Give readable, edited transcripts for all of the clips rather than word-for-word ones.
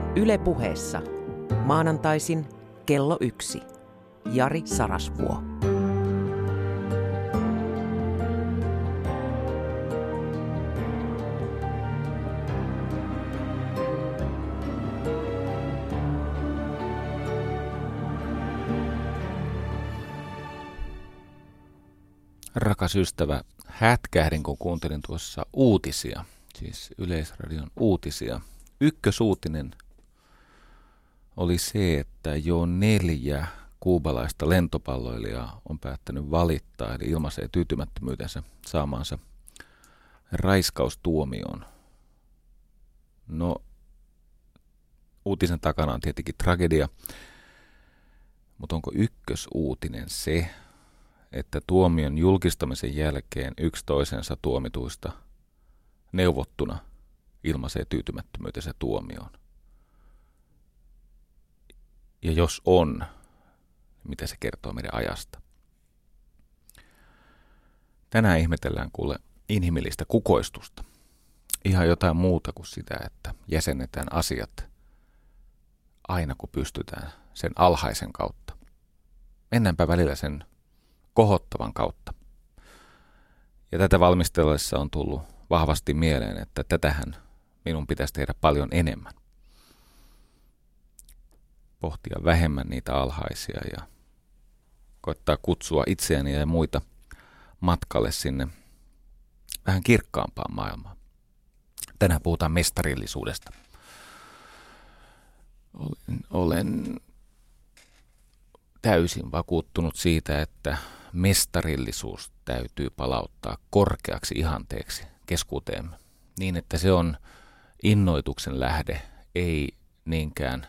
Yle Puheessa. Maanantaisin kello 1. Jari Sarasvuo. Rakas ystävä, hätkähdin kun kuuntelin tuossa uutisia, siis Yleisradion uutisia. Ykkösuutinen oli se, että jo 4 kuubalaista lentopalloilijaa on päättänyt valittaa, eli ilmaisee tyytymättömyytensä saamaansa raiskaustuomioon. No, uutisen takana on tietenkin tragedia, mutta onko ykkösuutinen se, että tuomion julkistamisen jälkeen yksi toisensa tuomituista neuvottuna ilmaisee tyytymättömyytensä tuomioon? Ja jos on, mitä se kertoo meidän ajasta? Tänään ihmetellään kuule inhimillistä kukoistusta. Ihan jotain muuta kuin sitä, että jäsennetään asiat aina kun pystytään sen alhaisen kautta. Mennäänpä välillä sen kohottavan kautta. Ja tätä valmistellessa on tullut vahvasti mieleen, että tätähän minun pitäisi tehdä paljon enemmän. Pohtia vähemmän niitä alhaisia ja koittaa kutsua itseäni ja muita matkalle sinne vähän kirkkaampaan maailmaan. Tänään puhutaan mestarillisuudesta. Olen täysin vakuuttunut siitä, että mestarillisuus täytyy palauttaa korkeaksi ihanteeksi keskuuteemme, niin että se on innoituksen lähde, ei niinkään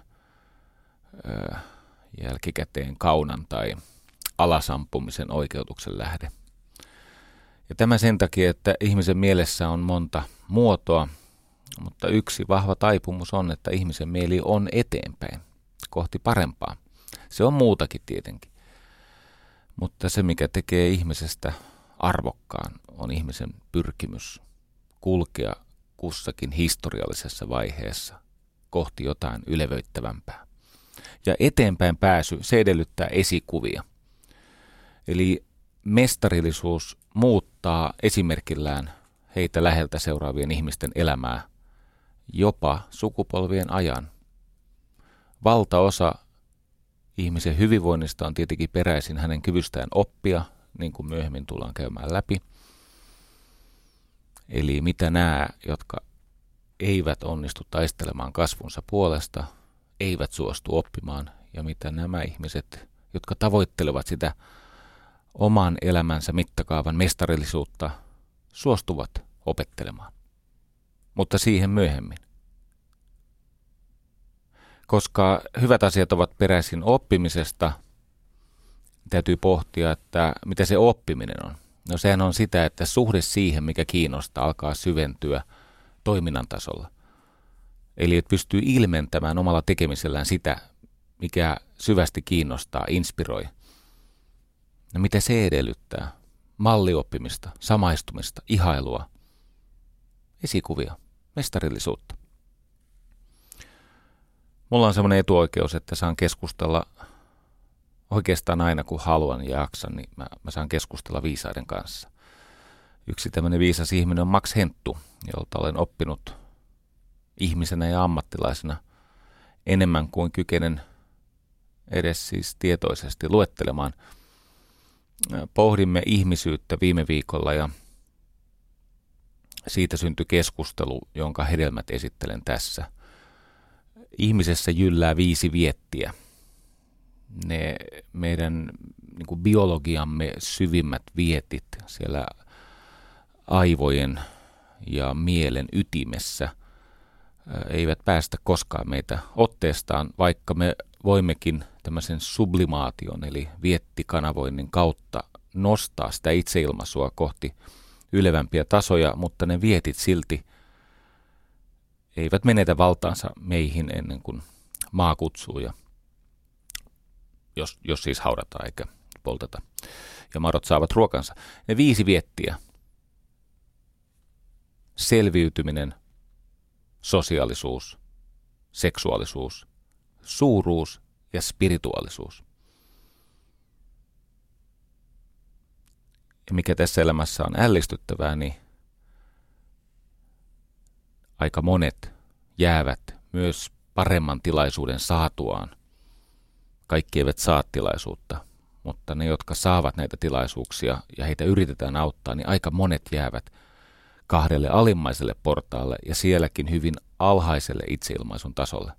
jälkikäteen kaunan tai alasampumisen oikeutuksen lähde. Ja tämä sen takia, että ihmisen mielessä on monta muotoa, mutta yksi vahva taipumus on, että ihmisen mieli on eteenpäin, kohti parempaa. Se on muutakin tietenkin, mutta se mikä tekee ihmisestä arvokkaan on ihmisen pyrkimys kulkea kussakin historiallisessa vaiheessa kohti jotain ylevöittävämpää. Ja eteenpäin pääsy, se edellyttää esikuvia. Eli mestarillisuus muuttaa esimerkillään heitä läheltä seuraavien ihmisten elämää jopa sukupolvien ajan. Valtaosa ihmisen hyvinvoinnista on tietenkin peräisin hänen kyvystään oppia, niin kuin myöhemmin tullaan käymään läpi. Eli mitä nämä, jotka eivät onnistu taistelemaan kasvunsa puolesta, eivät suostu oppimaan, ja mitä nämä ihmiset, jotka tavoittelevat sitä oman elämänsä mittakaavan mestarillisuutta, suostuvat opettelemaan. Mutta siihen myöhemmin. Koska hyvät asiat ovat peräisin oppimisesta, täytyy pohtia, että mitä se oppiminen on. No sehän on sitä, että suhde siihen, mikä kiinnostaa, alkaa syventyä toiminnan tasolla. Eli että pystyy ilmentämään omalla tekemisellään sitä, mikä syvästi kiinnostaa, inspiroi. No mitä se edellyttää? Mallioppimista, samaistumista, ihailua, esikuvia, mestarillisuutta. Mulla on semmoinen etuoikeus, että saan keskustella oikeastaan aina kun haluan ja jaksan, niin mä saan keskustella viisaiden kanssa. Yksi tämmöinen viisas ihminen on Max Henttu, jolta olen oppinut ihmisenä ja ammattilaisena enemmän kuin kykenen edes siis tietoisesti luettelemaan. Pohdimme ihmisyyttä viime viikolla ja siitä syntyi keskustelu, jonka hedelmät esittelen tässä. Ihmisessä jyllää 5 viettiä. Ne meidän niin kuin biologiamme syvimmät vietit siellä aivojen ja mielen ytimessä eivät päästä koskaan meitä otteestaan, vaikka me voimmekin tämmöisen sublimaation eli viettikanavoinnin kautta nostaa sitä itseilmaisua kohti ylevämpiä tasoja, mutta ne vietit silti eivät menetä valtaansa meihin ennen kuin maa kutsuu, ja jos siis haudataan eikä polteta ja madot saavat ruokansa. Ne 5 viettiä: selviytyminen, sosiaalisuus, seksuaalisuus, suuruus ja spirituaalisuus. Ja mikä tässä elämässä on ällistyttävää, niin aika monet jäävät myös paremman tilaisuuden saatuaan. Kaikki eivät saa tilaisuutta, mutta ne, jotka saavat näitä tilaisuuksia ja heitä yritetään auttaa, niin aika monet jäävät 2 alimmaiselle portaalle ja sielläkin hyvin alhaiselle itseilmaisun tasolle.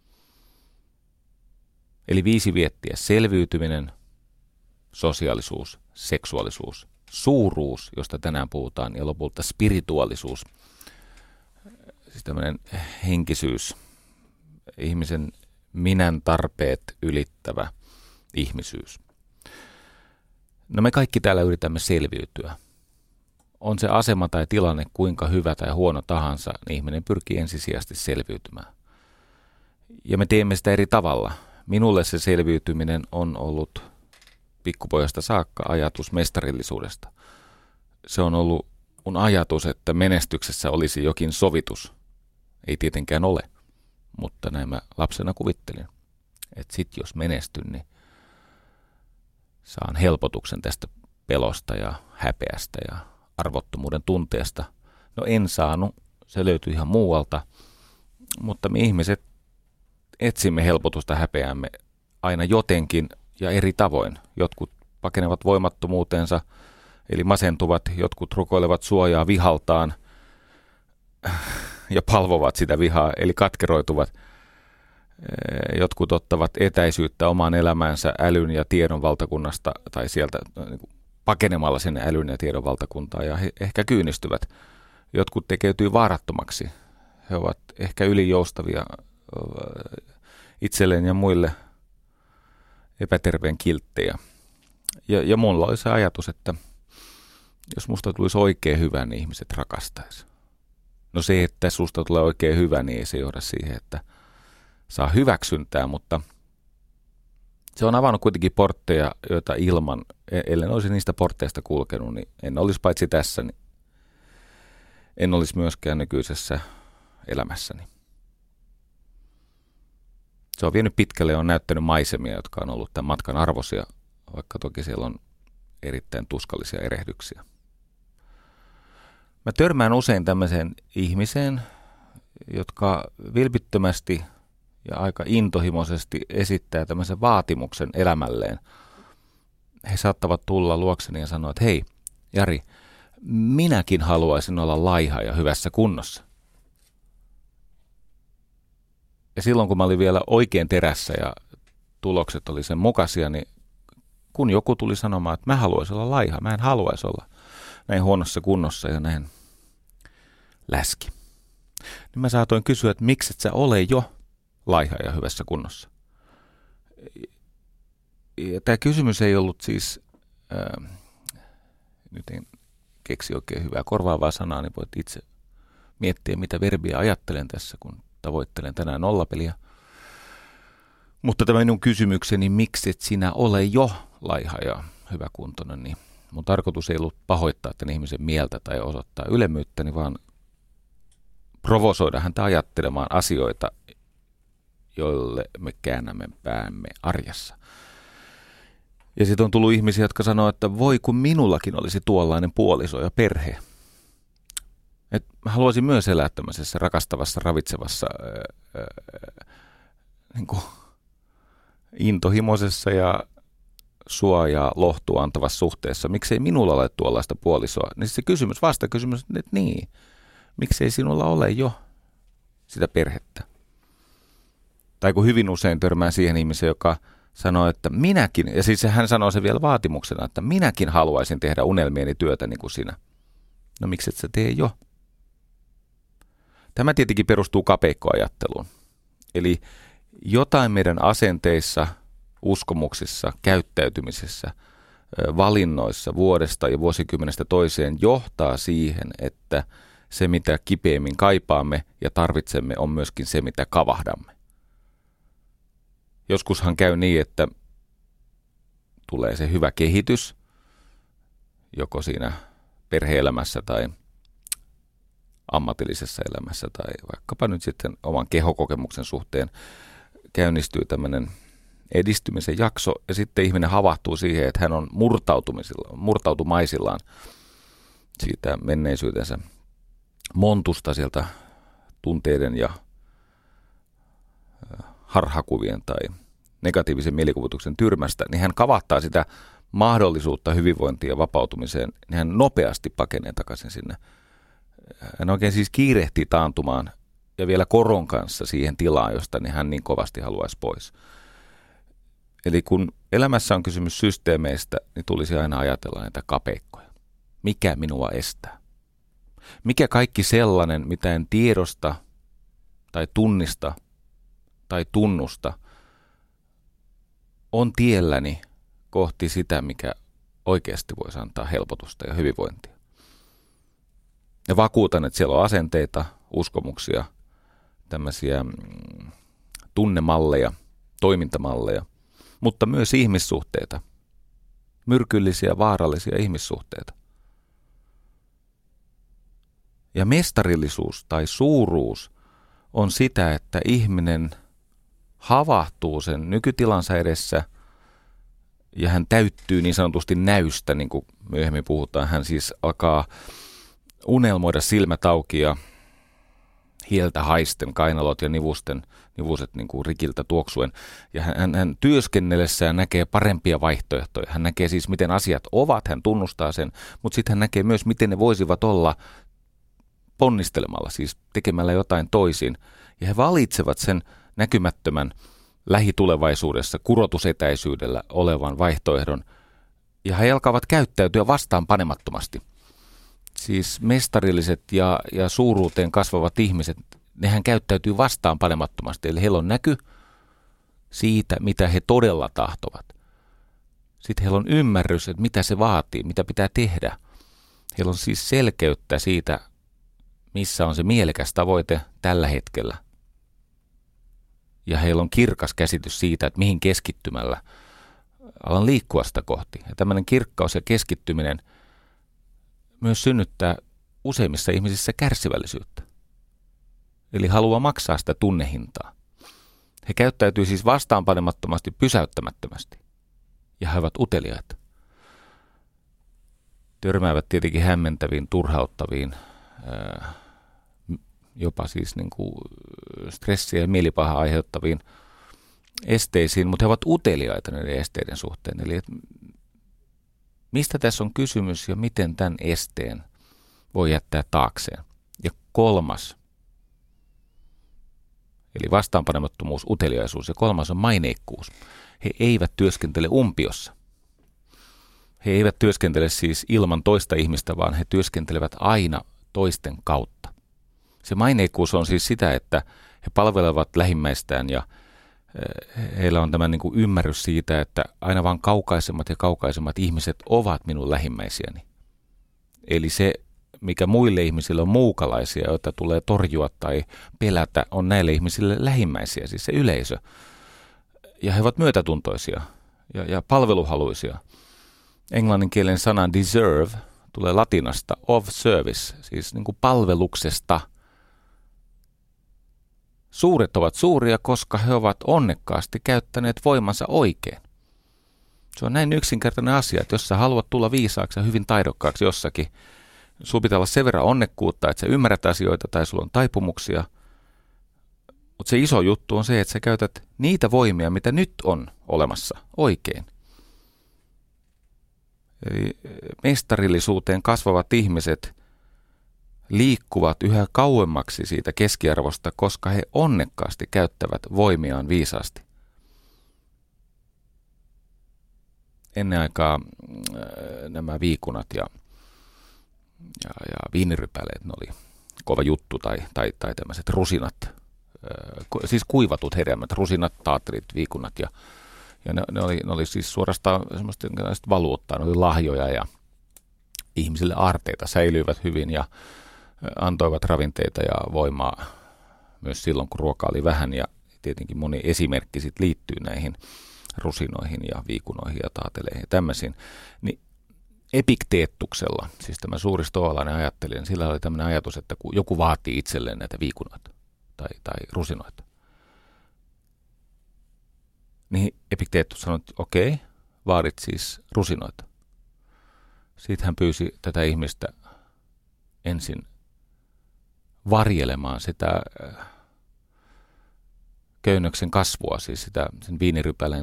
Eli 5 viettiä: selviytyminen, sosiaalisuus, seksuaalisuus, suuruus, josta tänään puhutaan, ja lopulta spirituaalisuus, siis tämmöinen henkisyys, ihmisen minän tarpeet ylittävä ihmisyys. No me kaikki täällä yritämme selviytyä. On se asema tai tilanne kuinka hyvä tai huono tahansa, niin ihminen pyrkii ensisijaisesti selviytymään. Ja me teemme sitä eri tavalla. Minulle se selviytyminen on ollut pikkupojasta saakka ajatus mestarillisuudesta. Se on ollut mun ajatus, että menestyksessä olisi jokin sovitus. Ei tietenkään ole, mutta näin mä lapsena kuvittelin, että sit jos menestyn, niin saan helpotuksen tästä pelosta ja häpeästä ja arvottomuuden tunteesta. No en saanut, se löytyi ihan muualta, mutta me ihmiset etsimme helpotusta häpeämme aina jotenkin ja eri tavoin. Jotkut pakenevat voimattomuutensa, eli masentuvat, jotkut rukoilevat suojaa vihaltaan ja palvovat sitä vihaa, eli katkeroituvat. Jotkut ottavat etäisyyttä omaan elämäänsä älyn ja tiedon valtakunnasta tai sieltä pakenemalla sinne älyn ja tiedon valtakuntaan ja he ehkä kyynistyvät. Jotkut tekeytyy vaarattomaksi. He ovat ehkä ylijoustavia itselleen ja muille epäterveen kilttejä. Ja mulla oli se ajatus, että jos musta tulisi oikein hyvä, niin ihmiset rakastaisi. No se, että susta tulee oikein hyvä, niin ei se johda siihen, että saa hyväksyntää, mutta se on avannut kuitenkin portteja, joita ilman, ellen olisi niistä portteista kulkenut, niin en olisi paitsi tässä, niin en olisi myöskään nykyisessä elämässäni. Se on vienyt pitkälle ja on näyttänyt maisemia, jotka on ollut tämän matkan arvoisia, vaikka toki siellä on erittäin tuskallisia erehdyksiä. Mä törmään usein tämmöiseen ihmiseen, jotka vilpittömästi ja aika intohimoisesti esittää tämmöisen vaatimuksen elämälleen. He saattavat tulla luokseni ja sanoa, että hei, Jari, minäkin haluaisin olla laiha ja hyvässä kunnossa. Ja silloin, kun mä olin vielä oikein terässä ja tulokset oli sen mukaisia, niin kun joku tuli sanomaan, että mä haluaisin olla laiha, mä en haluaisi olla näin huonossa kunnossa ja näin läski, niin mä saatoin kysyä, että miksi et sä ole jo laiha ja hyvässä kunnossa. Ja tämä kysymys ei ollut siis, nyt en keksi oikein hyvää korvaavaa sanaa, niin voit itse miettiä, mitä verbiä ajattelen tässä, kun tavoittelen tänään nollapeliä. Mutta tämä minun kysymykseni, miksi et sinä ole jo laiha ja hyväkuntoinen, niin mun tarkoitus ei ollut pahoittaa tämän ihmisen mieltä tai osoittaa ylemmyyttäni, vaan provosoida häntä ajattelemaan asioita, joille me käännämme päämme arjessa. Ja sitten on tullut ihmisiä, jotka sanoo, että voi kun minullakin olisi tuollainen puoliso ja perhe. Et mä haluaisin myös elää tämmöisessä rakastavassa, ravitsevassa, niin kuin intohimoisessa ja suojaa lohtua antavassa suhteessa. Miksei minulla ole tuollaista puolisoa? Niin se kysymys, vastakysymys, että niin. Miksei sinulla ole jo sitä perhettä? Tai kun hyvin usein törmään siihen ihmiseen, joka sanoo, että minäkin, ja siis hän sanoo se vielä vaatimuksena, että minäkin haluaisin tehdä unelmieni työtä niin kuin sinä. No miksi et sä tee jo? Tämä tietenkin perustuu kapeikkoajatteluun. Eli jotain meidän asenteissa, uskomuksissa, käyttäytymisessä, valinnoissa vuodesta ja vuosikymmenestä toiseen johtaa siihen, että se mitä kipeimmin kaipaamme ja tarvitsemme on myöskin se mitä kavahdamme. Joskushan käy niin, että tulee se hyvä kehitys, joko siinä perhe-elämässä tai ammatillisessa elämässä tai vaikkapa nyt sitten oman kehokokemuksen suhteen käynnistyy tämmöinen edistymisen jakso ja sitten ihminen havahtuu siihen, että hän on murtautumaisillaan siitä menneisyytensä montusta sieltä tunteiden ja harhakuvien tai negatiivisen mielikuvituksen tyrmästä, niin hän kavahtaa sitä mahdollisuutta hyvinvointiin ja vapautumiseen, niin hän nopeasti pakenee takaisin sinne. Hän oikein siis kiirehtii taantumaan ja vielä koron kanssa siihen tilaan, josta niin hän niin kovasti haluaisi pois. Eli kun elämässä on kysymys systeemeistä, niin tulisi aina ajatella näitä kapeikkoja. Mikä minua estää? Mikä kaikki sellainen, mitä en tiedosta tai tunnista tai tunnusta, on tielläni kohti sitä, mikä oikeasti voisi antaa helpotusta ja hyvinvointia. Ja vakuutan, että siellä on asenteita, uskomuksia, tämmöisiä tunnemalleja, toimintamalleja, mutta myös ihmissuhteita, myrkyllisiä, vaarallisia ihmissuhteita. Ja mestarillisuus tai suuruus on sitä, että ihminen havahtuu sen nykytilansa edessä ja hän täyttyy niin sanotusti näystä, niin kuin myöhemmin puhutaan. Hän siis alkaa unelmoida silmät auki ja hieltä haisten, kainalot ja nivuset niin kuin rikiltä tuoksuen. Ja hän työskennellessään näkee parempia vaihtoehtoja. Hän näkee siis, miten asiat ovat, hän tunnustaa sen, mutta sitten hän näkee myös, miten ne voisivat olla ponnistelemalla, siis tekemällä jotain toisin. Ja he valitsevat sen näkymättömän lähitulevaisuudessa kurotusetäisyydellä olevan vaihtoehdon. Ja he alkavat käyttäytyä vastaan panemattomasti. Siis mestarilliset ja suuruuteen kasvavat ihmiset, nehän käyttäytyy vastaan panemattomasti. Eli heillä on näky siitä, mitä he todella tahtovat. Sitten heillä on ymmärrys, että mitä se vaatii, mitä pitää tehdä. Heillä on siis selkeyttä siitä, missä on se mielekäs tavoite tällä hetkellä. Ja heillä on kirkas käsitys siitä, että mihin keskittymällä alan liikkua sitä kohti. Ja tämmöinen kirkkaus ja keskittyminen myös synnyttää useimmissa ihmisissä kärsivällisyyttä. Eli haluaa maksaa sitä tunnehintaa. He käyttäytyy siis vastaanpanemattomasti, pysäyttämättömästi. Ja he ovat uteliaita. Törmäävät tietenkin hämmentäviin, turhauttaviin, jopa siis niin kuin stressiä ja mielipahaa aiheuttaviin esteisiin, mutta he ovat uteliaita näiden esteiden suhteen. Eli mistä tässä on kysymys ja miten tämän esteen voi jättää taakseen. Ja kolmas, eli vastaanpanemattomuus, uteliaisuus, ja kolmas on maineikkuus. He eivät työskentele umpiossa. He eivät työskentele siis ilman toista ihmistä, vaan he työskentelevät aina toisten kautta. Se maineikkuus on siis sitä, että he palvelevat lähimmäistään ja heillä on tämä niin kuin ymmärrys siitä, että aina vaan kaukaisemmat ja kaukaisemmat ihmiset ovat minun lähimmäisiäni. Eli se, mikä muille ihmisille on muukalaisia, joita tulee torjua tai pelätä, on näille ihmisille lähimmäisiä, siis se yleisö. Ja he ovat myötätuntoisia ja palveluhaluisia. Englanninkielen sana deserve tulee latinasta of service, siis niin kuin palveluksesta. Suuret ovat suuria, koska he ovat onnekkaasti käyttäneet voimansa oikein. Se on näin yksinkertainen asia, että jos sä haluat tulla viisaaksi ja hyvin taidokkaaksi jossakin, sulla pitää olla sen verran onnekkuutta, että sä ymmärrät asioita tai sulla on taipumuksia. Mutta se iso juttu on se, että sä käytät niitä voimia, mitä nyt on olemassa, oikein. Eli mestarillisuuteen kasvavat ihmiset liikkuvat yhä kauemmaksi siitä keskiarvosta, koska he onnekkaasti käyttävät voimiaan viisaasti. Ennen aikaa nämä viikunat ja viinirypäleet, ne oli kova juttu, tai tämmöiset rusinat, siis kuivatut hedelmät, rusinat, taattelit, viikunat, ja ne oli siis suorastaan semmoista valuuttaa, ne oli lahjoja, ja ihmisille aarteita, säilyivät hyvin ja antoivat ravinteita ja voimaa myös silloin, kun ruokaa oli vähän, ja tietenkin moni esimerkki sit liittyy näihin rusinoihin ja viikunoihin ja taateleihin ja tämmöisiin. Niin Epikteettuksella, siis tämä suuri stoalainen ajattelija, sillä oli tämmöinen ajatus, että kun joku vaatii itselleen näitä viikunoita tai rusinoita, niin Epikteettus sanoi, että okei, vaadit siis rusinoita. Sitten hän pyysi tätä ihmistä ensin varjelemaan sitä köynnöksen kasvua, siis sen viinirypäleen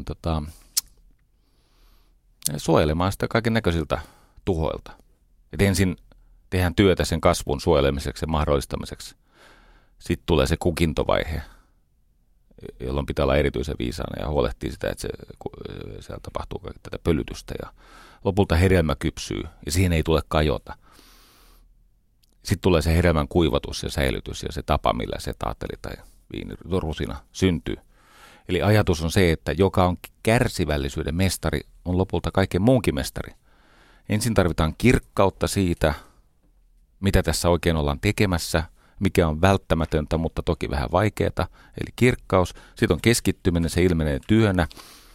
suojelemaan sitä kaiken näköisiltä tuhoilta. Et ensin tehdään työtä sen kasvun suojelemiseksi ja mahdollistamiseksi. Sitten tulee se kukintovaihe, jolloin pitää olla erityisen viisaana ja huolehtii sitä, että siellä tapahtuu tätä pölytystä ja lopulta hedelmä kypsyy ja siihen ei tule kajota. Sitten tulee se hedelmän kuivatus ja säilytys ja se tapa, millä se taateli tai viinirusina syntyy. Eli ajatus on se, että joka on kärsivällisyyden mestari, on lopulta kaiken muunkin mestari. Ensin tarvitaan kirkkautta siitä, mitä tässä oikein ollaan tekemässä, mikä on välttämätöntä, mutta toki vähän vaikeaa, eli kirkkaus. Sitten on keskittyminen, se ilmenee työnä,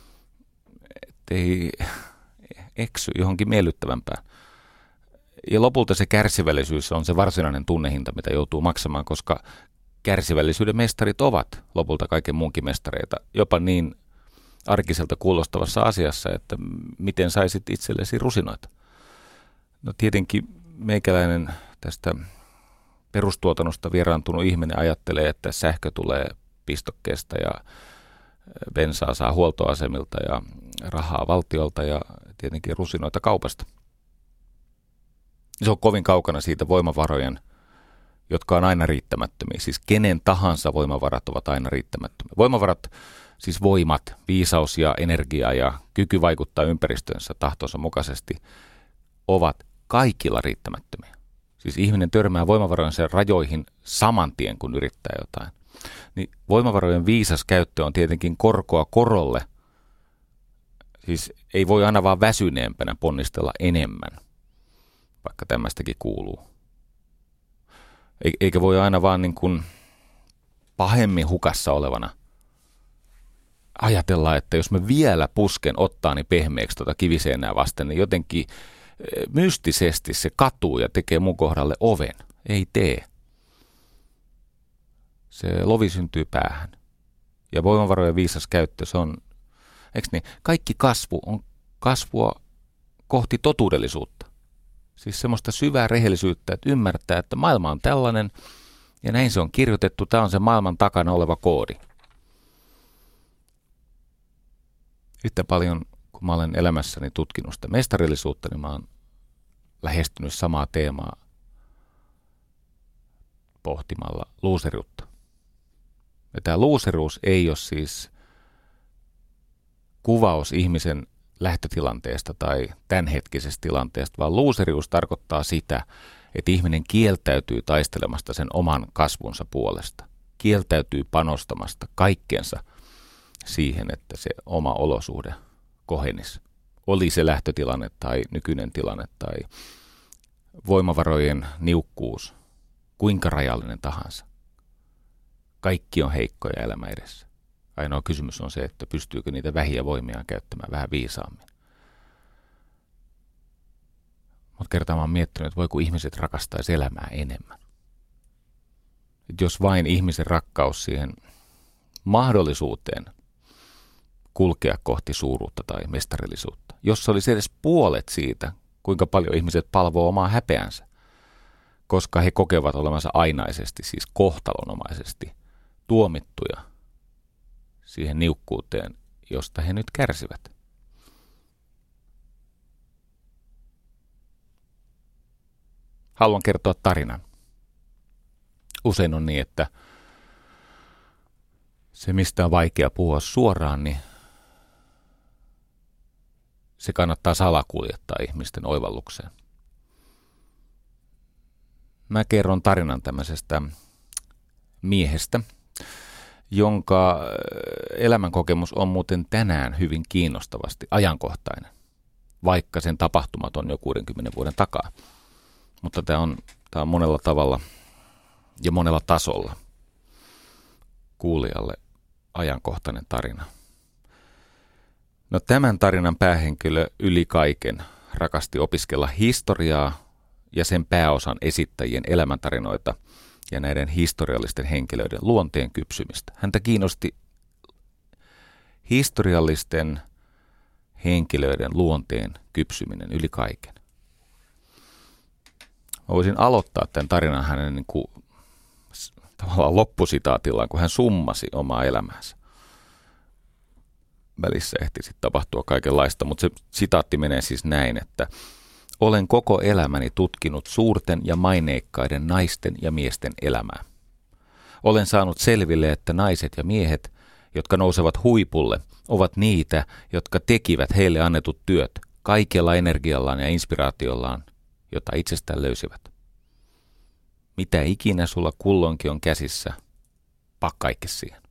ettei eksy johonkin miellyttävämpään. Ja lopulta se kärsivällisyys on se varsinainen tunnehinta, mitä joutuu maksamaan, koska kärsivällisyyden mestarit ovat lopulta kaiken muunkin mestareita, jopa niin arkiselta kuulostavassa asiassa, että miten saisit itsellesi rusinoita. No tietenkin meikäläinen tästä perustuotannosta vieraantunut ihminen ajattelee, että sähkö tulee pistokkeesta ja bensaa saa huoltoasemilta ja rahaa valtiolta ja tietenkin rusinoita kaupasta. Se on kovin kaukana siitä voimavarojen, jotka on aina riittämättömiä. Siis kenen tahansa voimavarat ovat aina riittämättömiä. Voimavarat, siis voimat, viisaus ja energia ja kyky vaikuttaa ympäristönsä tahtonsa mukaisesti ovat kaikilla riittämättömiä. Siis ihminen törmää voimavarojensa rajoihin saman tien, kun yrittää jotain. Niin voimavarojen viisas käyttö on tietenkin korkoa korolle. Siis ei voi aina vaan väsyneempänä ponnistella enemmän, vaikka tämmöistäkin kuuluu. Eikä voi aina vaan niin kuin pahemmin hukassa olevana ajatella, että jos mä vielä pusken ottaani pehmeäksi kiviseinää vasten, niin jotenkin mystisesti se katuu ja tekee mun kohdalle oven. Ei tee. Se lovi syntyy päähän. Ja voimavarojen viisas käyttö, se on, eikö niin? Kaikki kasvu on kasvua kohti totuudellisuutta. Siis semmoista syvää rehellisyyttä, että ymmärtää, että maailma on tällainen ja näin se on kirjoitettu. Tämä on se maailman takana oleva koodi. Yhtä paljon, kun mä olen elämässäni tutkinut sitä mestarillisuutta, niin mä oon lähestynyt samaa teemaa pohtimalla luuseriutta. Ja tämä luuseruus ei ole siis kuvaus ihmisen lähtötilanteesta tai tämänhetkisestä tilanteesta, vaan luuserius tarkoittaa sitä, että ihminen kieltäytyy taistelemasta sen oman kasvunsa puolesta. Kieltäytyy panostamasta kaikkensa siihen, että se oma olosuhde kohenisi. Oli se lähtötilanne tai nykyinen tilanne tai voimavarojen niukkuus, kuinka rajallinen tahansa. Kaikki on heikkoja elämä edessä. Ainoa kysymys on se, että pystyykö niitä vähiä voimiaan käyttämään vähän viisaammin. Mutta kertaan mä oon miettinyt, että voiko ihmiset rakastaisi elämää enemmän. Et jos vain ihmisen rakkaus siihen mahdollisuuteen kulkea kohti suuruutta tai mestarillisuutta, jos se olisi edes puolet siitä, kuinka paljon ihmiset palvoo omaa häpeänsä, koska he kokevat olevansa ainaisesti, siis kohtalonomaisesti, tuomittuja siihen niukkuuteen, josta he nyt kärsivät. Haluan kertoa tarinan. Usein on niin, että se, mistä on vaikea puhua suoraan, niin se kannattaa salakuljettaa ihmisten oivallukseen. Mä kerron tarinan tämmöisestä miehestä, jonka elämänkokemus on muuten tänään hyvin kiinnostavasti ajankohtainen, vaikka sen tapahtumat on jo 60 vuoden takaa. Mutta tämä on monella tavalla ja monella tasolla kuulijalle ajankohtainen tarina. No tämän tarinan päähenkilö yli kaiken rakasti opiskella historiaa ja sen pääosan esittäjien elämäntarinoita ja näiden historiallisten henkilöiden luonteen kypsymistä. Häntä kiinnosti historiallisten henkilöiden luonteen kypsyminen yli kaiken. Mä voisin aloittaa tämän tarinan hänen niin kuin, tavallaan loppusitaatillaan, kun hän summasi omaa elämäänsä. Välissä ehti sitten tapahtua kaikenlaista, mutta se sitaatti menee siis näin, että olen koko elämäni tutkinut suurten ja maineikkaiden naisten ja miesten elämää. Olen saanut selville, että naiset ja miehet, jotka nousevat huipulle, ovat niitä, jotka tekivät heille annetut työt kaikella energiallaan ja inspiraatiollaan, jota itsestään löysivät. Mitä ikinä sulla kulloinkin on käsissä, paa kaikki siihen.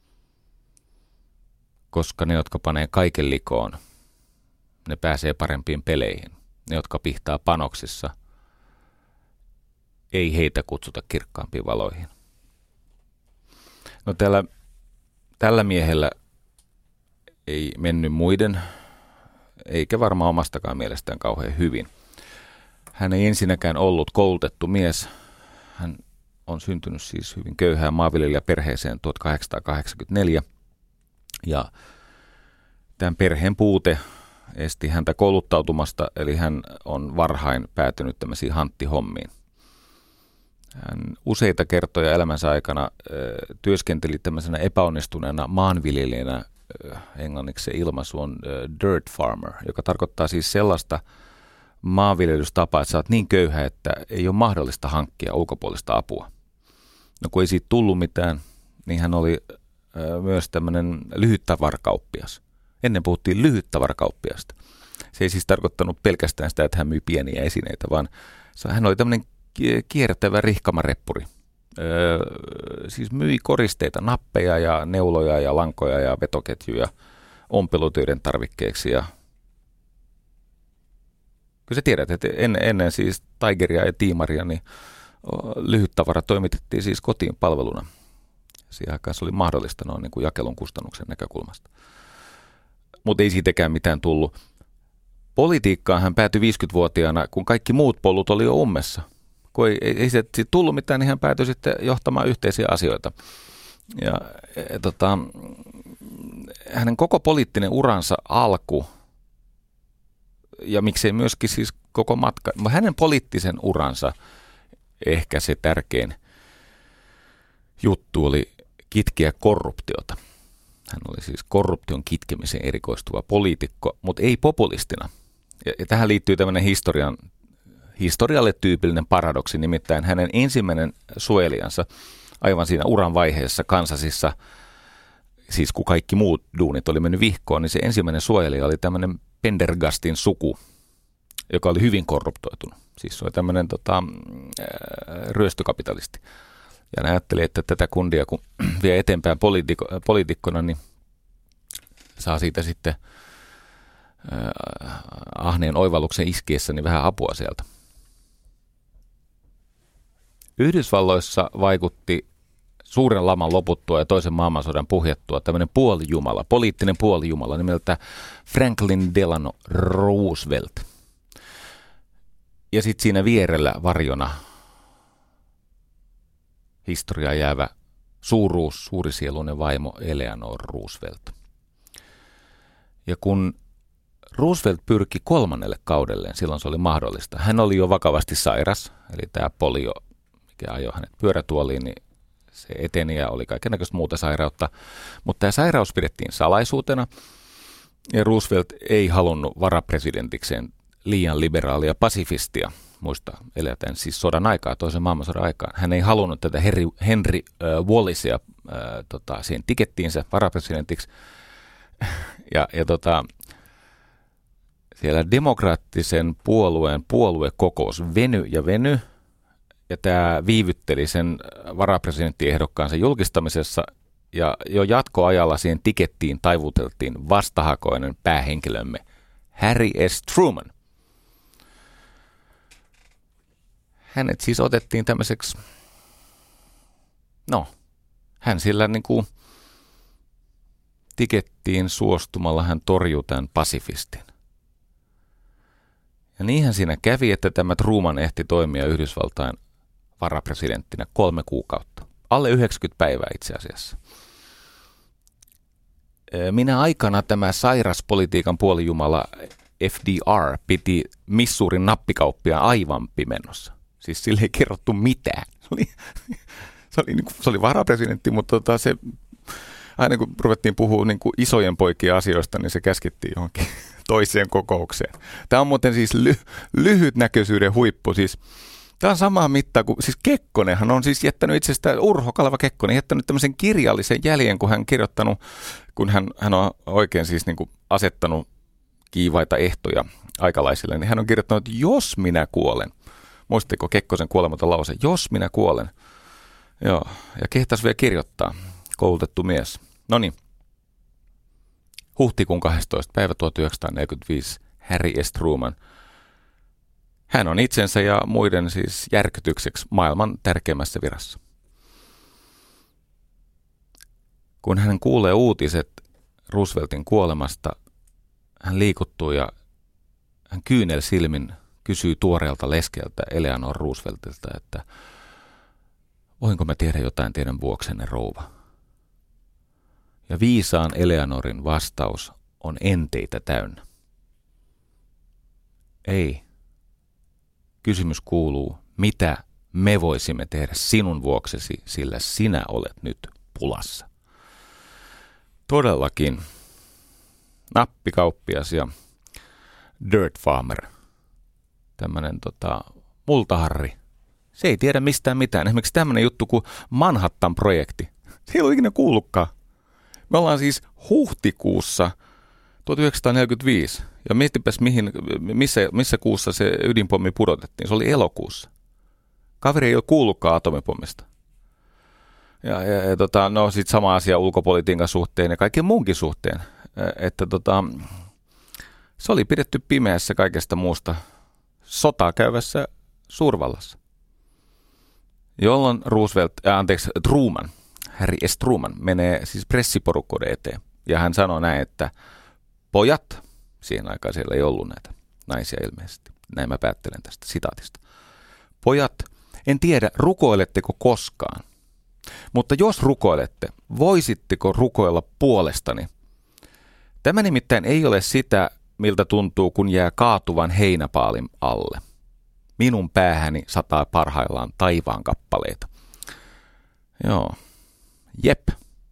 Koska ne, jotka panee kaiken likoon, ne pääsee parempiin peleihin. Ne, jotka pihtaa panoksissa, ei heitä kutsuta kirkkaampiin valoihin. No tällä miehellä ei mennyt muiden, eikä varmaan omastakaan mielestään kauhean hyvin. Hän ei ensinnäkään ollut koulutettu mies. Hän on syntynyt siis hyvin köyhään maanviljelijäperheeseen 1884. Ja tämän perheen puute esti häntä kouluttautumasta, eli hän on varhain päätynyt tämmöisiin hanttihommiin. Hän useita kertoja elämänsä aikana työskenteli tämmöisenä epäonnistuneena maanviljelijänä, englanniksi se ilmaisu on dirt farmer, joka tarkoittaa siis sellaista maanviljelystapaa, että sä oot niin köyhä, että ei ole mahdollista hankkia ulkopuolista apua. No kun ei siitä tullut mitään, niin hän oli myös tämmöinen lyhyttavarakauppias. Ennen puhuttiin lyhyttavarakauppiasta. Se ei siis tarkoittanut pelkästään sitä, että hän myi pieniä esineitä, vaan hän oli tämmöinen kiertävä rihkamareppuri. Siis myi koristeita, nappeja ja neuloja ja lankoja ja vetoketjuja ompelutöiden tarvikkeeksi. Ja kyllä sä tiedät, että ennen siis Tigeria ja Tiimaria, niin lyhyttavara toimitettiin siis kotiin palveluna. Siihen aikaan se oli mahdollista noin niin kuin jakelun kustannuksen näkökulmasta. Mutta ei siitäkään mitään tullut. Politiikkaan hän päätyi 50-vuotiaana, kun kaikki muut polut oli jo ummessa. Kun ei siitä tullut mitään, niin hän päätyi sitten johtamaan yhteisiä asioita. Ja hänen koko poliittinen uransa alku, ja miksei myöskin siis koko matka, hänen poliittisen uransa ehkä se tärkein juttu oli kitkeä korruptiota. Hän oli siis korruption kitkemiseen erikoistuva poliitikko, mutta ei populistina. Ja tähän liittyy tämmöinen historialle tyypillinen paradoksi, nimittäin hänen ensimmäinen suojelijansa aivan siinä uran vaiheessa Kansasissa, siis kun kaikki muut duunit oli mennyt vihkoon, niin se ensimmäinen suojelija oli tämmöinen Pendergastin suku, joka oli hyvin korruptoitunut. Siis se oli tämmöinen ryöstökapitalisti. Ja hän ajatteli, että tätä kundia kun vie eteenpäin poliitikkona, niin saa siitä sitten ahneen oivalluksen iskiessä niin vähän apua sieltä. Yhdysvalloissa vaikutti suuren laman loputtua ja toisen maailmansodan puhjettua tämmöinen puolijumala, poliittinen puolijumala nimeltä Franklin Delano Roosevelt. Ja sitten siinä vierellä varjona historiaan jäävä suurisieluinen vaimo Eleanor Roosevelt. Ja kun Roosevelt pyrki 3. kaudelleen, silloin se oli mahdollista. Hän oli jo vakavasti sairas, eli tämä polio, mikä ajoi hänet pyörätuoliin, niin se eteni ja oli kaikennäköistä muuta sairautta. Mutta tämä sairaus pidettiin salaisuutena, ja Roosevelt ei halunnut varapresidentikseen liian liberaalia pasifistia. Muista eletään siis sodan aikaa, toisen maailmansodan aikaan. Hän ei halunnut tätä Henry Wallacea siihen tikettiinsä varapresidentiksi. Ja siellä demokraattisen puolueen puoluekokous veny. Ja tämä viivytteli sen varapresidenttiehdokkaansa julkistamisessa. Ja jo jatkoajalla siihen tikettiin taivuteltiin vastahakoinen päähenkilömme Harry S. Truman. Hänet siis otettiin tämmöiseksi, hän sillä niin kuin tikettiin suostumalla, hän torjui tämän pasifistin. Ja niinhän siinä kävi, että tämä Truman ehti toimia Yhdysvaltain varapresidenttinä 3 kuukautta. Alle 90 päivää itse asiassa. Minä aikana tämä sairas politiikan puolijumala FDR piti Missourin nappikauppia aivan pimennossa. Siis sille ei kerrottu mitään. Se oli varapresidentti, mutta se, aina kun ruvettiin puhua niin kuin isojen poikien asioista, niin se käskettiin johonkin toiseen kokoukseen. Tämä on muuten siis lyhytnäköisyyden huippu. Siis, tämä on samaa mittaa kuin, siis Kekkonenhan on siis jättänyt itsestään, Urho Kaleva Kekkonen, jättänyt tämmöisen kirjallisen jäljen, kun hän kirjoittanut, kun hän on oikein siis niin kuin asettanut kiivaita ehtoja aikalaisille, niin hän on kirjoittanut, että jos minä kuolen, muistatteko Kekkosen kuolematon lause, jos minä kuolen, joo, ja kehtas vielä kirjoittaa, koulutettu mies. No niin, huhtikuun 12. päivä 1945, Harry S. Truman. Hän on itsensä ja muiden siis järkytykseksi maailman tärkeimmässä virassa. Kun hän kuulee uutiset Rooseveltin kuolemasta, hän liikuttuu ja hän kyynel silmin kysyy tuoreelta leskeltä Eleanor Rooseveltilta, että voinko mä tehdä jotain teidän vuoksenne, rouva? Ja viisaan Eleanorin vastaus on enteitä täynnä. Ei. Kysymys kuuluu, mitä me voisimme tehdä sinun vuoksesi, sillä sinä olet nyt pulassa. Todellakin nappikauppias ja dirt farmer, tämmöinen multaharri, se ei tiedä mistään mitään. Esimerkiksi tämmöinen juttu kuin Manhattan-projekti. Se ei ole ikinä kuullutkaan. Me ollaan siis huhtikuussa 1945. Ja mietipäs, missä kuussa se ydinpommi pudotettiin. Se oli elokuussa. Kaveri ei ole kuullutkaan atomipommista. No sitten sama asia ulkopolitiikan suhteen ja kaiken muunkin suhteen. Että se oli pidetty pimeässä kaikesta muusta sotaa käyvässä suurvallassa. Jolloin Truman, Harry S. Truman, menee siis pressiporukkoiden eteen. Ja hän sanoi näin, että pojat, siihen aikaan siellä ei ollut näitä naisia ilmeisesti. Näin mä päättelen tästä sitaatista. Pojat, en tiedä, rukoiletteko koskaan, mutta jos rukoilette, voisitteko rukoilla puolestani? Tämä nimittäin ei ole sitä, miltä tuntuu, kun jää kaatuvan heinäpaalin alle. Minun päähäni sataa parhaillaan taivaan kappaleita. Joo. Jep.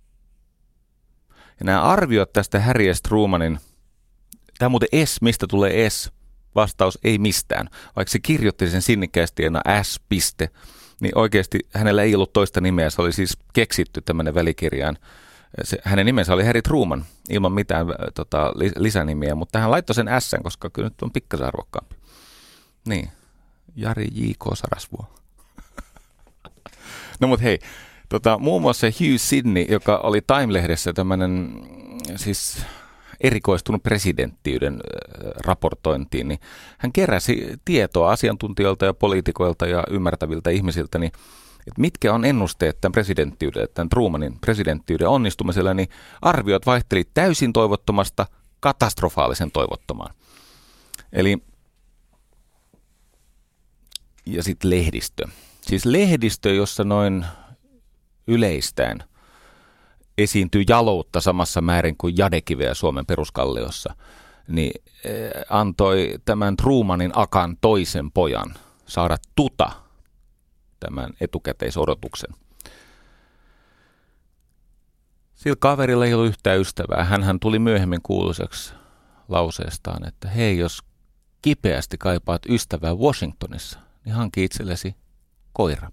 Ja nämä arviot tästä Harry S. Trumanin, tämä muuten S, mistä tulee S? Vastaus ei mistään. Vaikka se kirjoitti sen sinnikkäästi enää S. Niin oikeasti hänellä ei ollut toista nimeä. Se oli siis keksitty tämmöinen välikirjaan. Hänen nimensä oli Harry Truman, ilman mitään lisänimiä, mutta hän laittoi sen S, koska kyllä nyt on pikkasen arvokkaampi. Niin, Jari J.K. Sarasvuo. No mut hei, muun muassa Hugh Sidney, joka oli Time-lehdessä tämmöinen siis erikoistunut presidenttiyden raportointiin, niin hän keräsi tietoa asiantuntijoilta ja poliitikoilta ja ymmärtäviltä ihmisiltä, niin että mitkä on ennusteet tämän Trumanin presidenttiyden onnistumisella, niin arviot vaihteli täysin toivottomasta katastrofaalisen toivottomaan. Eli, ja sitten lehdistö. Siis lehdistö, jossa noin yleistäen esiintyy jaloutta samassa määrin kuin jadekiveä Suomen peruskalliossa, niin antoi tämän Trumanin akan toisen pojan saada tämän etukäteisodotuksen. Sillä kaverilla ei ollut yhtään ystävää. Hänhän tuli myöhemmin kuuluiseksi lauseestaan, että hei, jos kipeästi kaipaat ystävää Washingtonissa, niin hanki itsellesi koira.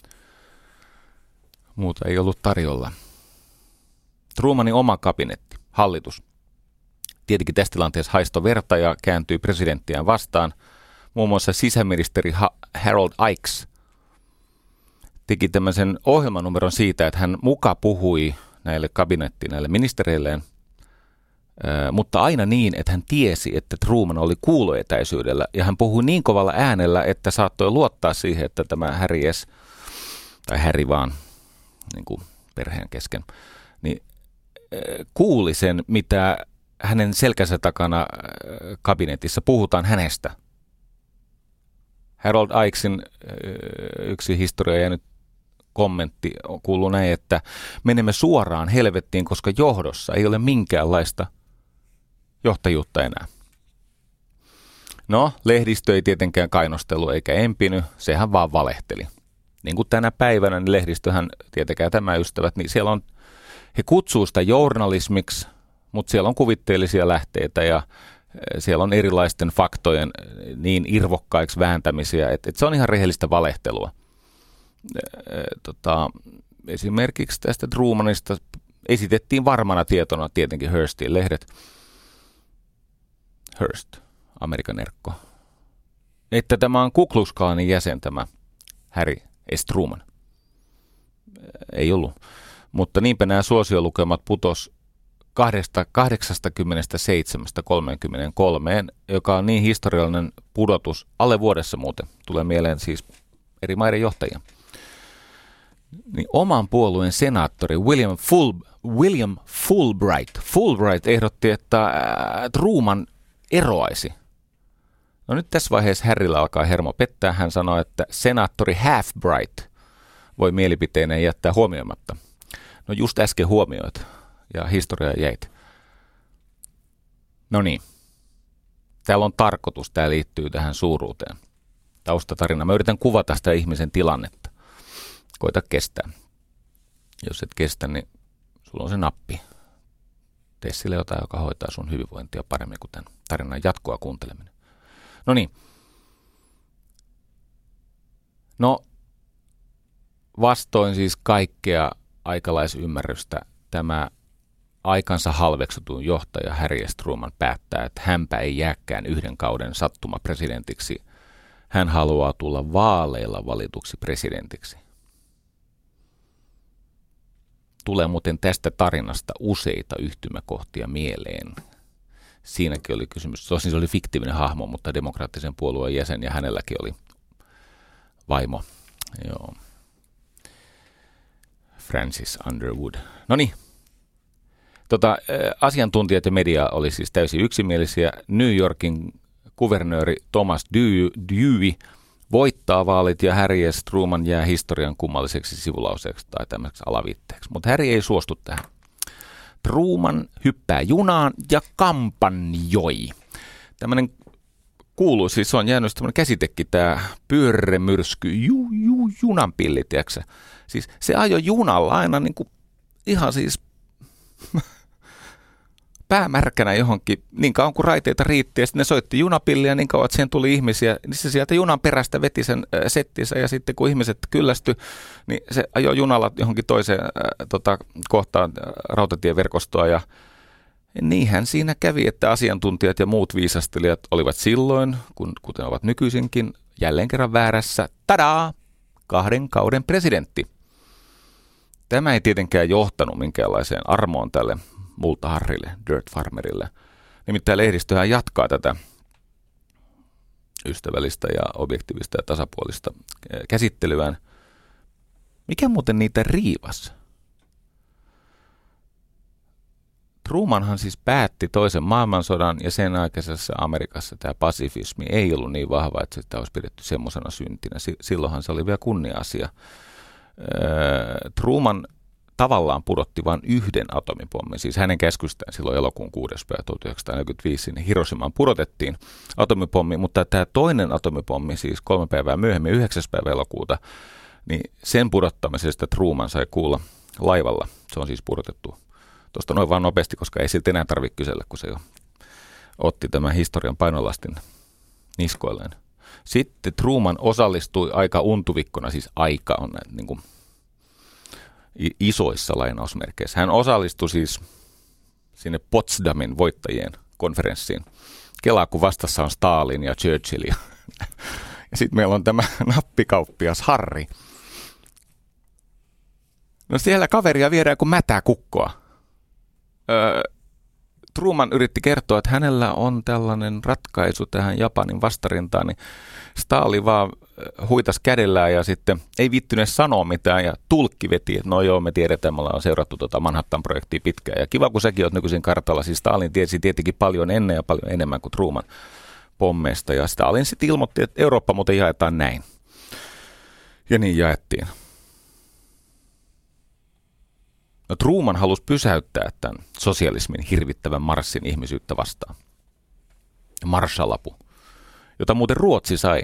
Muuta ei ollut tarjolla. Trumanin oma kabinetti, hallitus, tietenkin tässä tilanteessa haistoi verta ja kääntyi presidenttiään vastaan. Muun muassa sisäministeri Harold Ickes teki tämmöisen ohjelmanumeron siitä, että hän muka puhui näille ministereilleen, mutta aina niin, että hän tiesi, että Truman oli kuuloetäisyydellä, ja hän puhui niin kovalla äänellä, että saattoi luottaa siihen, että tämä Harry S. tai Harry vaan, niin kuin perheen kesken, niin kuuli sen, mitä hänen selkänsä takana kabinetissa puhutaan hänestä. Harold Ikesin yksi historia jäänyt kommentti kuuluu näin, että menemme suoraan helvettiin, koska johdossa ei ole minkäänlaista johtajuutta enää. No, lehdistö ei tietenkään kainostelu eikä empiny, sehän vaan valehteli. Niin kuin tänä päivänä, niin lehdistöhän, tietenkään tämä ystävät, niin siellä on, he kutsuu sitä journalismiksi, mutta siellä on kuvitteellisia lähteitä ja siellä on erilaisten faktojen niin irvokkaiksi vääntämisiä, että se on ihan rehellistä valehtelua. Esimerkiksi tästä Trumanista esitettiin varmana tietona tietenkin Hearstin lehdet. Hearst, Amerikan erkko. Että tämä on Ku Klux Klanin jäsen, tämä Harry S. Truman. Ei ollut. Mutta niinpä nämä suosiolukemat putos 87-33, joka on niin historiallinen pudotus, alle vuodessa muuten, tulee mieleen siis eri maiden johtajia. Niin oman puolueen senaattori William Fulbright ehdotti, että Truman eroaisi. No nyt tässä vaiheessa Harryllä alkaa hermo pettää. Hän sanoi, että senaattori Halfbright voi mielipiteineen jättää huomioimatta. No just äsken huomioit ja historia jäit. No niin. Täällä on tarkoitus. Tämä liittyy tähän suuruuteen. Taustatarina. Mä yritän kuvata sitä ihmisen tilannetta. Koita kestää. Jos et kestä, niin sulla on se nappi. Tee sille jotain, joka hoitaa sun hyvinvointia paremmin kuin tämän tarinan jatkoa kuunteleminen. No niin. No, vastoin siis kaikkea aikalaisymmärrystä tämä aikansa halveksutun johtaja Harry S. Truman päättää, että hänpä ei jääkään yhden kauden sattumapresidentiksi. Hän haluaa tulla vaaleilla valituksi presidentiksi. Tulee muuten tästä tarinasta useita yhtymäkohtia mieleen. Siinäkin oli kysymys, tosin se oli fiktiivinen hahmo, mutta demokraattisen puolueen jäsen ja hänelläkin oli vaimo. Joo. Francis Underwood. Noniin. Asiantuntijat ja media oli siis täysin yksimielisiä. New Yorkin kuvernööri Thomas Dewey voittaa vaalit ja Harry S. Truman jää historian kummalliseksi sivulauseeksi tai tämmöiseksi alaviitteeksi. Mutta Harry ei suostu tähän. Truman hyppää junaan ja kampanjoi. Tämmöinen kuuluu, siis on jäänyt tämmöinen käsitekin, tämä pyörremyrsky, junanpilli, tiedätkö? Siis se ajoi junalla aina niin kuin ihan siis päämärkänä johonkin, niin kauan kuin raiteita riitti, ja sitten ne soitti junapilliä niin kauan, että siihen tuli ihmisiä, niin se sieltä junan perästä veti sen settinsä, ja sitten kun ihmiset kyllästyi, niin se ajoi junalla johonkin toiseen kohtaan rautatieverkostoa, ja niinhän siinä kävi, että asiantuntijat ja muut viisastelijat olivat silloin, kuten ovat nykyisinkin, jälleen kerran väärässä, tadaa, 2 kauden presidentti. Tämä ei tietenkään johtanut minkäänlaiseen armoon tälle multaharrille, dirt farmerille. Nimittäin lehdistöhän jatkaa tätä ystävällistä ja objektiivista ja tasapuolista käsittelyään. Mikä muuten niitä riivasi? Trumanhan siis päätti toisen maailmansodan ja sen aikaisessa Amerikassa tämä pasifismi ei ollut niin vahva, että sitä olisi pidetty semmoisena syntinä. Silloinhan se oli vielä kunnia-asia. Truman tavallaan pudotti vain yhden atomipommin, siis hänen käskystään silloin elokuun 6. päivä 1945 sinne Hiroshimaan pudotettiin atomipommi, mutta tämä toinen atomipommi, siis 3 päivää myöhemmin, 9. päivä elokuuta, niin sen pudottamisesta Truman sai kuulla laivalla. Se on siis pudotettu tuosta noin vaan nopeasti, koska ei siltä enää tarvitse kysellä, kun se jo otti tämän historian painolastin niskoilleen. Sitten Truman osallistui aika untuvikkona, siis aika on niin kuin isoissa lainausmerkeissä. Hän osallistui siis sinne Potsdamin voittajien konferenssiin. Kelaa, kun vastassa on Stalin ja Churchill. Ja sitten meillä on tämä nappikauppias Harry. No siellä kaveria viedään kuin mätää kukkoa. Truman yritti kertoa, että hänellä on tällainen ratkaisu tähän Japanin vastarintaan, niin Stalin vaan huitas kädellään ja sitten ei viittyneet sanoa mitään ja tulkki veti, että no joo, me tiedetään, me ollaan seurattu Manhattan-projektia pitkään ja kiva, kun säkin oot nykyisin kartalla, siis Stalin tiesi tietenkin paljon ennen ja paljon enemmän kuin Truman. pommeista ja Stalin sitten ilmoitti, että Eurooppa muuten jaetaan näin. Ja niin jaettiin. No, Truman halusi pysäyttää tämän sosialismin hirvittävän marssin ihmisyyttä vastaan. Marshall-apu, jota muuten Ruotsi sai.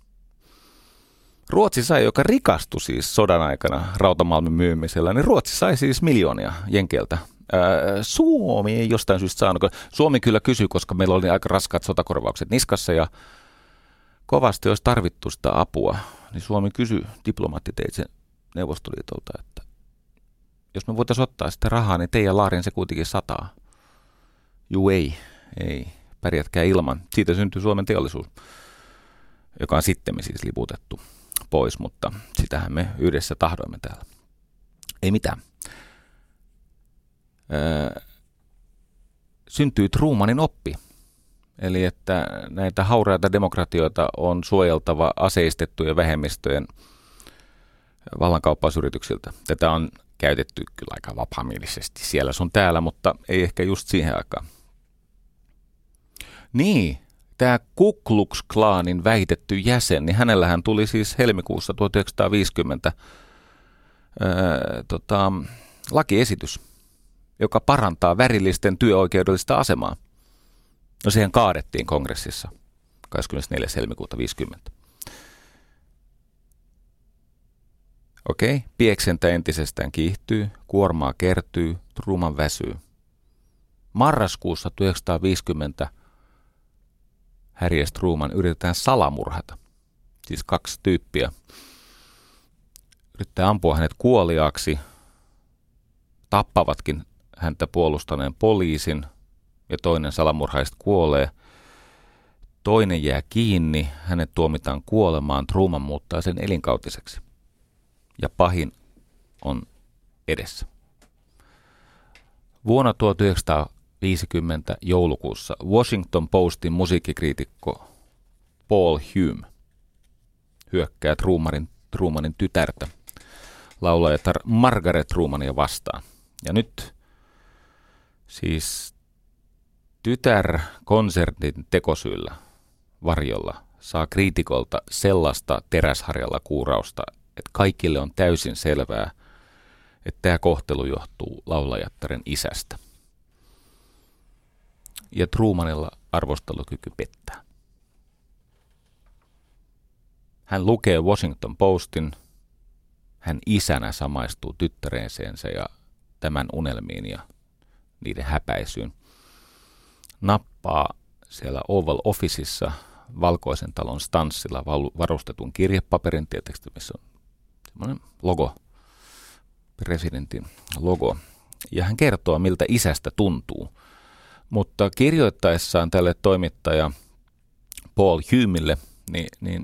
Ruotsi sai, joka rikastui siis sodan aikana rautamalmin myymisellä, niin Ruotsi sai siis miljoonia jenkeiltä. Suomi ei jostain syystä saanut. Suomi kyllä kysyi, koska meillä oli aika raskaat sotakorvaukset niskassa ja kovasti olisi tarvittu sitä apua. Niin Suomi kysyi diplomaattiteitse Neuvostoliitolta, että jos me voitaisiin ottaa sitä rahaa, niin teidän laarin se kuitenkin sataa. Juu, ei, pärjätkää ilman. Siitä syntyi Suomen teollisuus, joka on sitten siis liputettu pois, mutta sitähän me yhdessä tahdoimme täällä. Ei mitään. Syntyy Trumanin oppi. Eli että näitä hauraita demokratioita on suojeltava aseistettujen vähemmistöjen vallankauppausyrityksiltä. Tätä on käytetty kyllä aika vapaamielisesti siellä sun täällä, mutta ei ehkä just siihen aikaan. Niin, tämä Ku Klux Klanin väitetty jäsen, niin hänellähän tuli siis helmikuussa 1950 lakiesitys, joka parantaa värillisten työoikeudellista asemaa. No, siihen kaadettiin kongressissa 24. helmikuuta 50. Okei, pieksentä entisestään kiihtyy, kuormaa kertyy, Truman väsyy. Marraskuussa 1950 Harry S. Truman yritetään salamurhata. Siis 2 tyyppiä. Yrittää ampua hänet kuoliaaksi. Tappavatkin häntä puolustaneen poliisin ja toinen salamurhaista kuolee. Toinen jää kiinni, hänet tuomitaan kuolemaan, Truman muuttaa sen elinkautiseksi. Ja pahin on edessä. Vuonna 1950 joulukuussa Washington Postin musiikkikriitikko Paul Hume hyökkää Trumanin tytärtä, laulajatar Margaret Trumania vastaan. Ja nyt siis tytär konsertin tekosyllä varjolla saa kriitikolta sellaista teräsharjalla kuurausta, että kaikille on täysin selvää, että tämä kohtelu johtuu laulajattaren isästä. Ja Trumanilla arvostelukyky pettää. Hän lukee Washington Postin, hän isänä samaistuu tyttäreenseensä ja tämän unelmiin ja niiden häpäisyyn. Nappaa siellä Oval Officeissa Valkoisen talon stanssilla varustetun kirjepaperin, tietysti missä on semmoinen logo, presidentin logo. Ja hän kertoo, miltä isästä tuntuu. Mutta kirjoittaessaan tälle toimittaja Paul Humelle, niin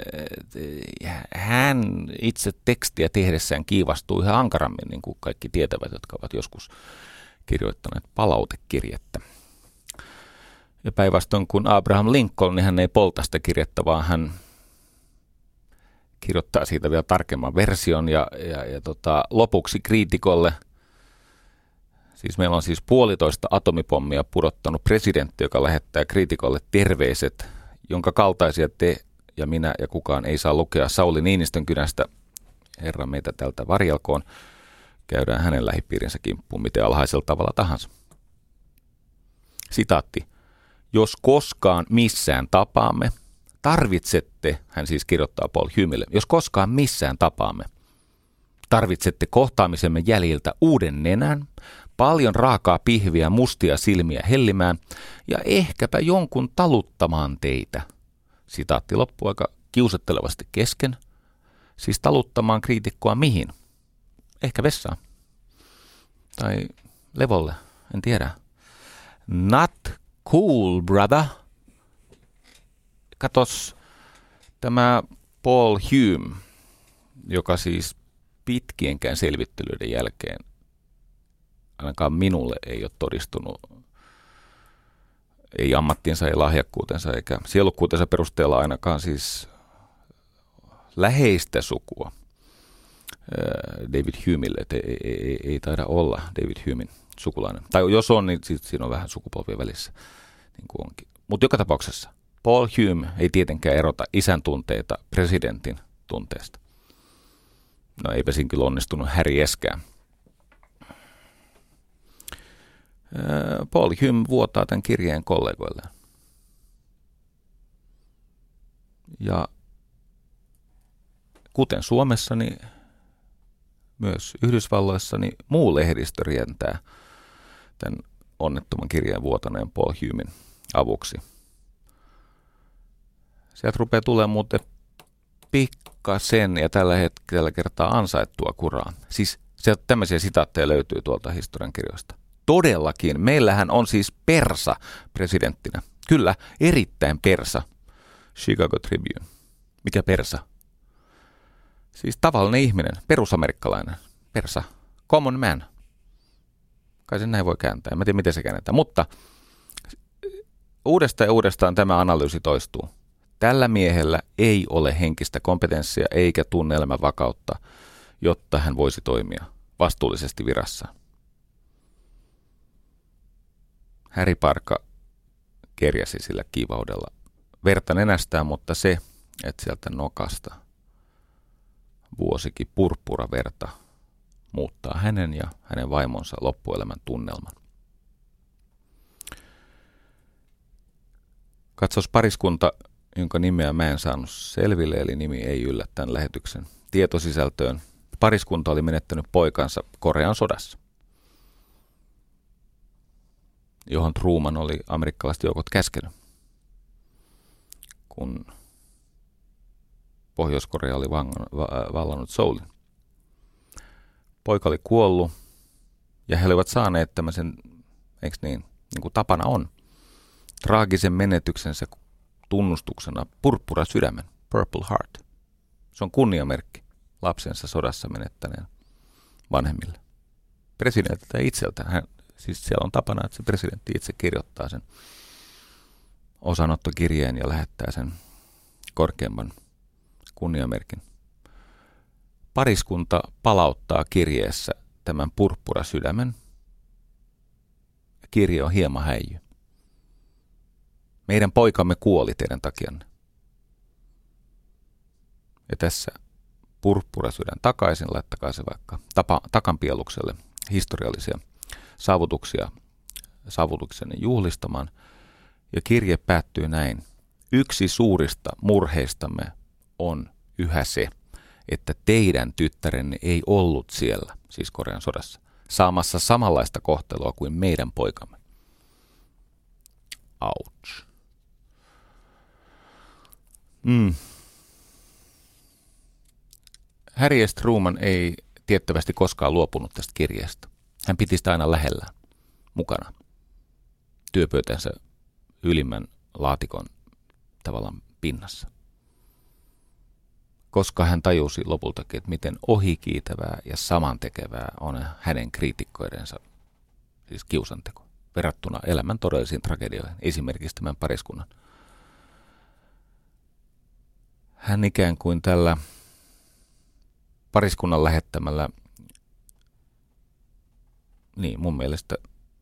hän itse tekstiä tehdessään kiivastuu ihan ankarammin, niin kuin kaikki tietävät, jotka ovat joskus kirjoittaneet palautekirjettä. Ja päinvastoin kuin Abraham Lincoln, niin hän ei polta sitä kirjettä, vaan hän kirjoittaa siitä vielä tarkemman version ja lopuksi kriitikolle. Siis meillä on siis 1,5 atomipommia pudottanut presidentti, joka lähettää kriitikolle terveiset, jonka kaltaisia te ja minä ja kukaan ei saa lukea Sauli Niinistön kynästä. Herra meitä tältä varjelkoon. Käydään hänen lähipiirinsä kimppuun miten alhaisella tavalla tahansa. Sitaatti. Jos koskaan missään tapaamme, tarvitsette, hän siis kirjoittaa Paul Humelle, jos koskaan missään tapaamme, tarvitsette kohtaamisemme jäljiltä uuden nenän, paljon raakaa pihviä, mustia silmiä hellimään ja ehkäpä jonkun taluttamaan teitä. Sitaatti loppuu aika kiusattelevasti kesken. Siis taluttamaan kriitikkoa mihin? Ehkä vessaan. Tai levolle, en tiedä. Not cool, brother. Katos, tämä Paul Hume, joka siis pitkienkään selvittelyiden jälkeen ainakaan minulle ei ole todistunut, ei ammattinsa, ei lahjakkuutensa eikä sielukkuutensa perusteella ainakaan siis läheistä sukua David Humelle, että ei taida olla David Humen sukulainen. Tai jos on, niin siinä on vähän sukupolvien välissä, niin kuin onkin. Mutta joka tapauksessa Paul Hume ei tietenkään erota isän tunteita presidentin tunteesta. No eipä siinä kyllä onnistunut Harry eskään. Paul Hume vuotaa tämän kirjeen kollegoilleen. Ja kuten Suomessa, niin myös Yhdysvalloissa, niin muu lehdistö rientää tämän onnettoman kirjeen vuotaneen Paul Humen avuksi. Sieltä rupeaa tulemaan muuten pikkasen ja tällä kertaa ansaittua kuraa. Siis sieltä tämmöisiä sitaatteja löytyy tuolta historiankirjoista. Todellakin, meillähän on siis persa presidenttinä. Kyllä, erittäin persa. Chicago Tribune. Mikä persa? Siis tavallinen ihminen, perusamerikkalainen, persa, common man. Kai sen näin voi kääntää, en tiedä miten se käännetään. Mutta uudestaan ja uudestaan tämä analyysi toistuu. Tällä miehellä ei ole henkistä kompetenssia eikä tunne-elämän vakautta, jotta hän voisi toimia vastuullisesti virassa. Harry Parka kerjäsi sillä kiivaudella verta nenästään, mutta se, että sieltä nokasta vuosikin purppuraverta muuttaa hänen ja hänen vaimonsa loppuelämän tunnelman. Katsos pariskunta, jonka nimeä mä en saanut selville, eli nimi ei yllä tämän lähetyksen tietosisältöön. Pariskunta oli menettänyt poikansa Korean sodassa, johon Truman oli amerikkalaiset joukot käskenyt, kun Pohjois-Korea oli vallannut Soulin. Poika oli kuollut ja he olivat saaneet tämmöisen, eikö niin kuin tapana on, traagisen menetyksensä tunnustuksena purppurasydämen, Purple Heart. Se on kunniamerkki lapsensa sodassa menettäneen vanhemmille. Presidentiltä itseltään. Siis siellä on tapana, että se presidentti itse kirjoittaa sen osanottokirjeen ja lähettää sen korkeamman kunniamerkin. Pariskunta palauttaa kirjeessä tämän purppurasydämen. Kirje on hieman häijy. Meidän poikamme kuoli teidän takianne. Ja tässä purppurasydän takaisin, laittakaa se vaikka takanpielukselle historiallisia saavutuksenne juhlistamaan. Ja kirje päättyy näin. Yksi suurista murheistamme on yhä se, että teidän tyttärenne ei ollut siellä, siis Korean sodassa, saamassa samanlaista kohtelua kuin meidän poikamme. Ouch. Harry S. Truman ei tiettävästi koskaan luopunut tästä kirjeestä. Hän piti sitä aina lähellä, mukana, työpöytänsä ylimmän laatikon tavallaan pinnassa. Koska hän tajusi lopultakin, että miten ohikiitävää ja samantekevää on hänen kriitikkoidensa, siis kiusanteko, verrattuna elämän todellisiin tragedioihin, esimerkiksi tämän pariskunnan. Hän ikään kuin tällä pariskunnan lähettämällä, niin mun mielestä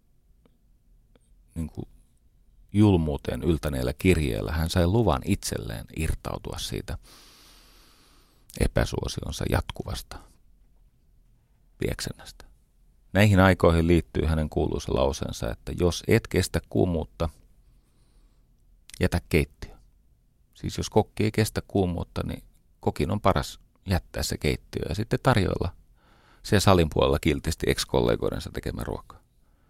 niin kuin julmuuteen yltäneellä kirjeellä, hän sai luvan itselleen irtautua siitä epäsuosionsa jatkuvasta pieksennästä. Näihin aikoihin liittyy hänen kuuluisa lauseensa, että jos et kestä kuumuutta, jätä keittiö. Siis jos kokki ei kestä kuumuutta, niin kokin on paras jättää se keittiö ja sitten tarjoilla se salin puolella kiltisti ex-kollegoidensa tekemä ruokaa.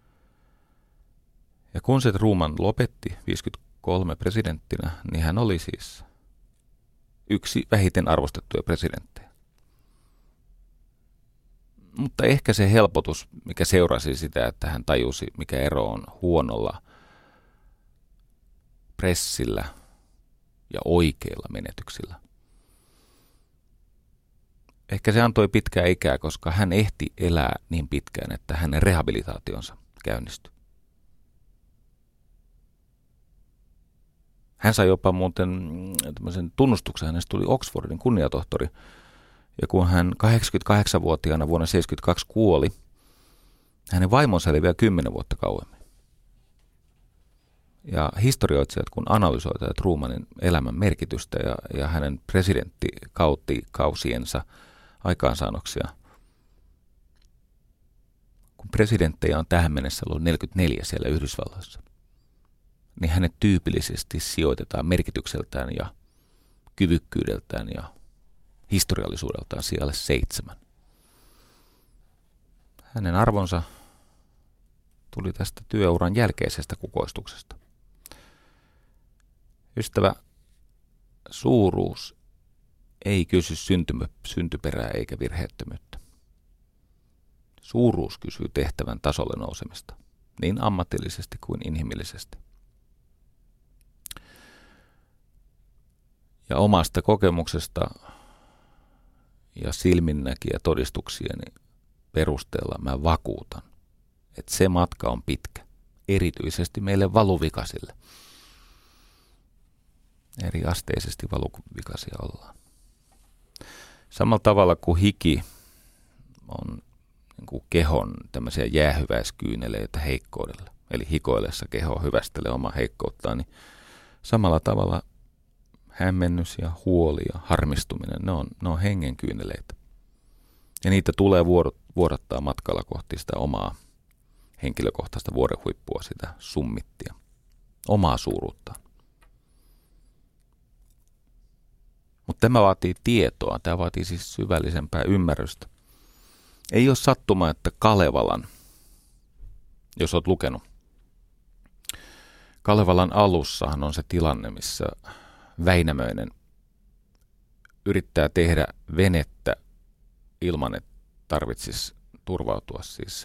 Ja kun se Truman lopetti 53 presidenttinä, niin hän oli siis yksi vähiten arvostettuja presidenttejä. Mutta ehkä se helpotus, mikä seurasi sitä, että hän tajusi, mikä ero on huonolla pressillä ja oikeilla menetyksillä. Ehkä se antoi pitkää ikää, koska hän ehti elää niin pitkään, että hänen rehabilitaationsa käynnistyi. Hän sai jopa muuten tämmöisen tunnustuksen, hänestä tuli Oxfordin kunniatohtori. Ja kun hän 88-vuotiaana vuonna 1972 kuoli, hänen vaimonsa eli vielä 10 vuotta kauemmin. Ja historioitsijat, kun analysoivat Trumanin elämän merkitystä ja hänen presidenttikausiensa aikaansaannoksia, kun presidenttejä on tähän mennessä ollut 44 siellä Yhdysvalloissa, niin hänet tyypillisesti sijoitetaan merkitykseltään ja kyvykkyydeltään ja historiallisuudeltaan sijalle 7. Hänen arvonsa tuli tästä työuran jälkeisestä kukoistuksesta. Ystävä, suuruus ei kysy syntyperää eikä virheettömyyttä. Suuruus kysyy tehtävän tasolle nousemista, niin ammatillisesti kuin inhimillisesti. Ja omasta kokemuksesta ja silminnäkijä todistuksieni perusteella mä vakuutan, että se matka on pitkä, erityisesti meille valuvikaisille. Eri asteisesti valuvikaisia ollaan. Samalla tavalla kuin hiki on niin kuin kehon tämmöisiä jäähyväiskyyneleitä heikkoudelle, eli hikoillessa keho hyvästelee omaa heikkouttaan, niin samalla tavalla hämmennys ja huoli ja harmistuminen, ne on hengen kyyneleitä. Ja niitä tulee vuodattaa matkalla kohti sitä omaa henkilökohtaista vuorenhuippua, sitä summittia, omaa suuruutta. Mutta tämä vaatii tietoa, tämä vaatii siis syvällisempää ymmärrystä. Ei ole sattuma, että Kalevalan, jos olet lukenut, Kalevalan alussahan on se tilanne, missä Väinämöinen yrittää tehdä venettä ilman, että tarvitsisi turvautua siis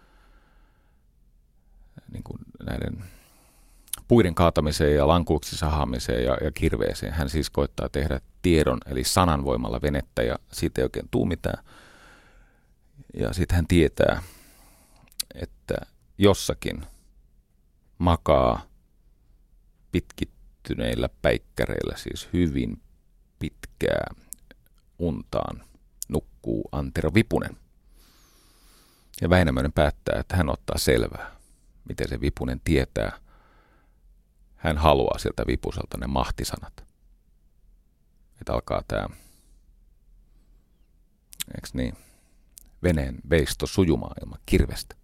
niin kuin näiden puiden kaatamiseen ja lankuuksi sahaamiseen ja kirveeseen. Hän siis koittaa tehdä tiedon eli sanan voimalla venettä ja siitä ei oikein tule mitään. Ja sitten hän tietää, että jossakin makaa pitkittyneillä päikkäreillä, siis hyvin pitkää untaan, nukkuu Antero Vipunen. Ja Väinämöinen päättää, että hän ottaa selvää, miten se Vipunen tietää. Hän haluaa sieltä Vipuselta ne mahtisanat. Että alkaa tämä, eikö niin, veneen veisto sujumaan ilman kirvestä.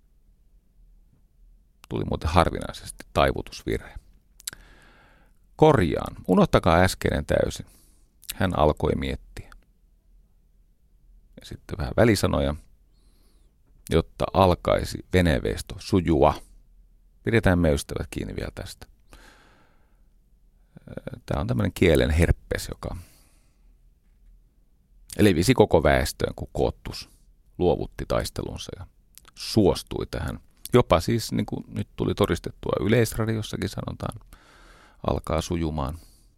Tuli muuten harvinaisesti taivutusvirhe. Korjaan, unohtakaa äskeinen täysin. Hän alkoi miettiä. Ja sitten vähän välisanoja, jotta alkaisi veneenveisto sujua. Pidetään me ystävät kiinni vielä tästä. Tämä on tämmöinen kielen herppes, joka levisi koko väestöön, kun Koottus luovutti taistelunsa ja suostui tähän. Jopa siis, niin kuin nyt tuli todistettua Yleisradiossakin sanotaan, alkaa sujumaan.